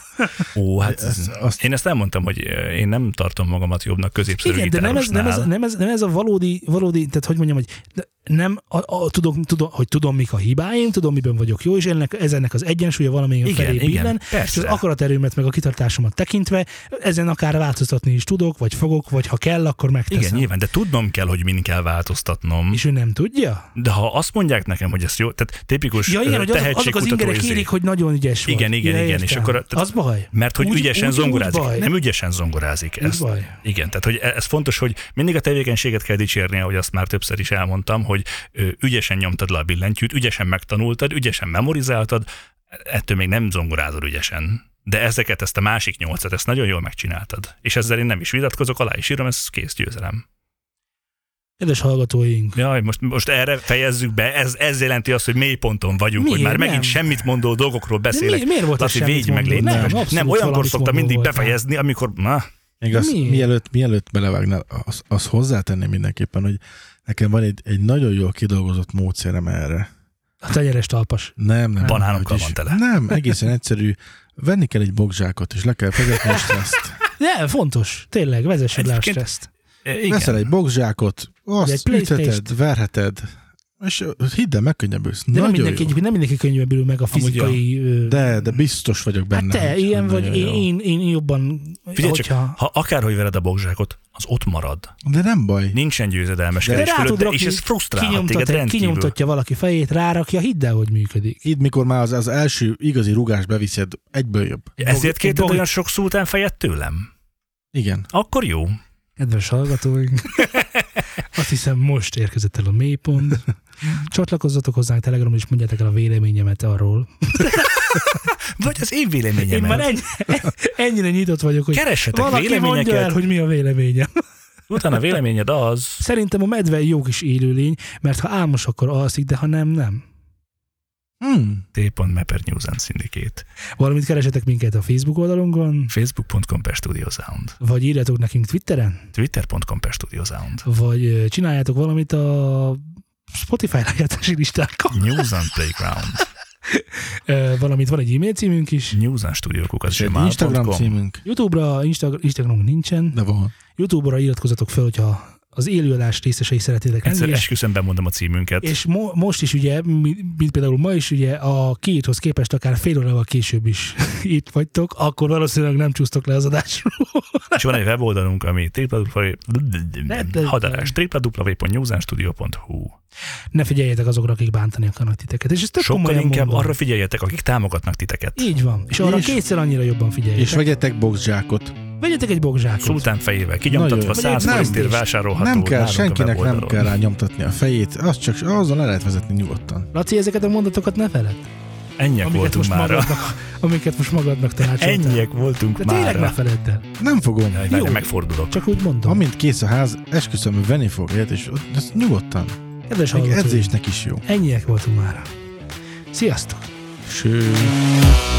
Ó, hát Ez- azt- én ezt elmondtam, hogy én nem tartom magamat jobbnak középszerű Igen, de nem ez, nem, ez, nem, ez, nem ez a valódi, valódi, tehát hogy mondjam, hogy nem, a, a, tudom, tudom, hogy tudom, mik a hibáim, tudom, miben vagyok jó, és ennek, ez ennek az egyensúlya valamilyen Igen, felé igen, billen, és persze. az akaraterőmet meg a kitartásomat tekintve, ezen akár változtatni is tudok, vagy fogok, vagy ha kell, akkor megteszem. Igen, nyilván, de tudnom kell, hogy min kell változtatnom. És ő nem tudja? De ha azt mondják nekem, hogy ez jó, tehát tipikus Ja, igen, ö, hogy azok, azok az tehetségkutató ingerek izé. kérik, hogy nagyon ügyes vagy. Igen, igen, Ja, igen, és értem. akkor- tehát- az baj. Mert hogy Úgy- ügyesen úgy- zongorázik. úgy baj. Nem ügyesen zongorázik. Úgy Ez, baj. igen, tehát hogy ez fontos, hogy mindig a tevékenységet kell dicsérni, ahogy azt már többször is elmondtam, hogy ö, ügyesen nyomtad le a billentyűt, ügyesen megtanultad, ügyesen memorizáltad, ettől még nem zongorázod ügyesen. De ezeket, ezt a másik nyolcat, ezt nagyon jól megcsináltad. És ezzel én nem is vitatkozok, alá is írom, ez kész győzelem. Kedves hallgatóink, Jaj, most, most erre fejezzük be, ez, ez jelenti azt, hogy mélyponton vagyunk, Miért? hogy már megint Nem. semmit mondó dolgokról beszélek. mi, miért volt ez Laci, semmit védj meg, mondó? légy Nem, szíves. abszolút Nem, olyankor valamit szoktam mondó mindig volt. befejezni, amikor... Na, Még azt, Miért? mielőtt, mielőtt belevágnál, azt az hozzátenném mindenképpen, hogy nekem van egy, egy nagyon jól kidolgozott módszerem erre. A tenyeres talpas. Nem, nem. Banánokkal hogy is. van tele. Nem, egészen egyszerű. Venni kell egy bogzsákot, és le kell fegetni a stresszt. De fontos, tényleg, vezessed le a Egyébként- stresszt. igen. Veszel egy bogzsákot, azt egy PlayStation-t. ütheted, verheted, és hidd el, megkönnyebbülsz. De nem Nagyon mindenki, jó. egyébként nem mindenki könnyebbül meg a fizikai... ö, De, de biztos vagyok hát benne. te, hogy- ilyen hogy vagy, nagyon jó. én, én, én jobban, Figyelj csak, hogyha... ha akárhogy vered a bogzsákot, az ott marad. De nem baj. Nincsen De győzedelmeskedés rá tud fölött, rakni, és ez frusztrálhat téged kinyomtat, rendkívül. kinyomtatja valaki fejét, rárakja, hidd el, hogy működik. Itt, mikor már az, az első igazi rugás beviszed, egyből jobb. Ezért Bog- kérted bog- olyan sok szultán fejet tőlem? Igen. Akkor jó. Kedves hallgatóink, azt hiszem most érkezett el a mélypont. Csatlakozzatok hozzánk Telegramon, és mondjátok el a véleményemet arról. Vagy az én Én véleményem. már ennyi, ennyire nyitott vagyok, hogy Keressetek valaki mondja el, véleményeket. hogy mi a véleményem. Utána a véleményed az... Szerintem a medve egy jó kis élőlény, mert ha álmos, akkor alszik, de ha nem, nem. Hmm. t.mapper News and Syndicate. Valamit keresetek minket a Facebook oldalunkon, Facebook.com per Studio Sound. vagy írjatok nekünk Twitteren, Twitter.com per Studio Sound. vagy ö, csináljátok valamit a Spotify rájátszási listákon. News and Playground. Ö, Valamit van egy e-mail címünk is. News and Studio kukac És egy gmail pont com. Instagram címünk. YouTube-ra, Insta- Instagramunk nincsen. De van. YouTube-ra iratkozzatok fel, hogyha az élőadás részesei szeretnétek Egyszer lenni. És, esküszöm bemondom a címünket. és mo- most is ugye, mi- mint például ma is ugye a kiírthoz képest akár fél órával később is itt vagytok, akkor valószínűleg nem csúsztok le az adásról. És van egy weboldalunk, ami Ne, de- hadarás w w w pont news and studio pont h u. Ne figyeljetek azokra, akik bántani akarnak titeket. És ez tök Sokkal komolyan inkább mondom. arra figyeljetek, akik támogatnak titeket. Így van. És arra És- kétszer annyira jobban figyeljetek. És vegyetek boxzsákot. Vegyetek egy bogzsákot. Szultán fejével kinyomtatva Nagyon jó. száz Nem, forintért nem, vásárolható. Nem kell, nálunk a senkinek nem weboldalon. kell rá nyomtatni a fejét, az csak azon le lehet vezetni nyugodtan. Laci, ezeket a mondatokat ne feled. Ennyiek Amiket voltunk most, mára. magadnak, amiket most magadnak tanácsoltál. Ennyiek voltunk De tényleg ne mára. feledd el. Nem fogom. Jaj, Jó. várj, megfordulok. Csak úgy mondom. Amint kész a ház, esküszöm, hogy venni fog ilyet, és ott- ezt nyugodtan. Kedves Még hallgatóink, edzésnek is jó. ennyiek voltunk mára. Sziasztok! Ső.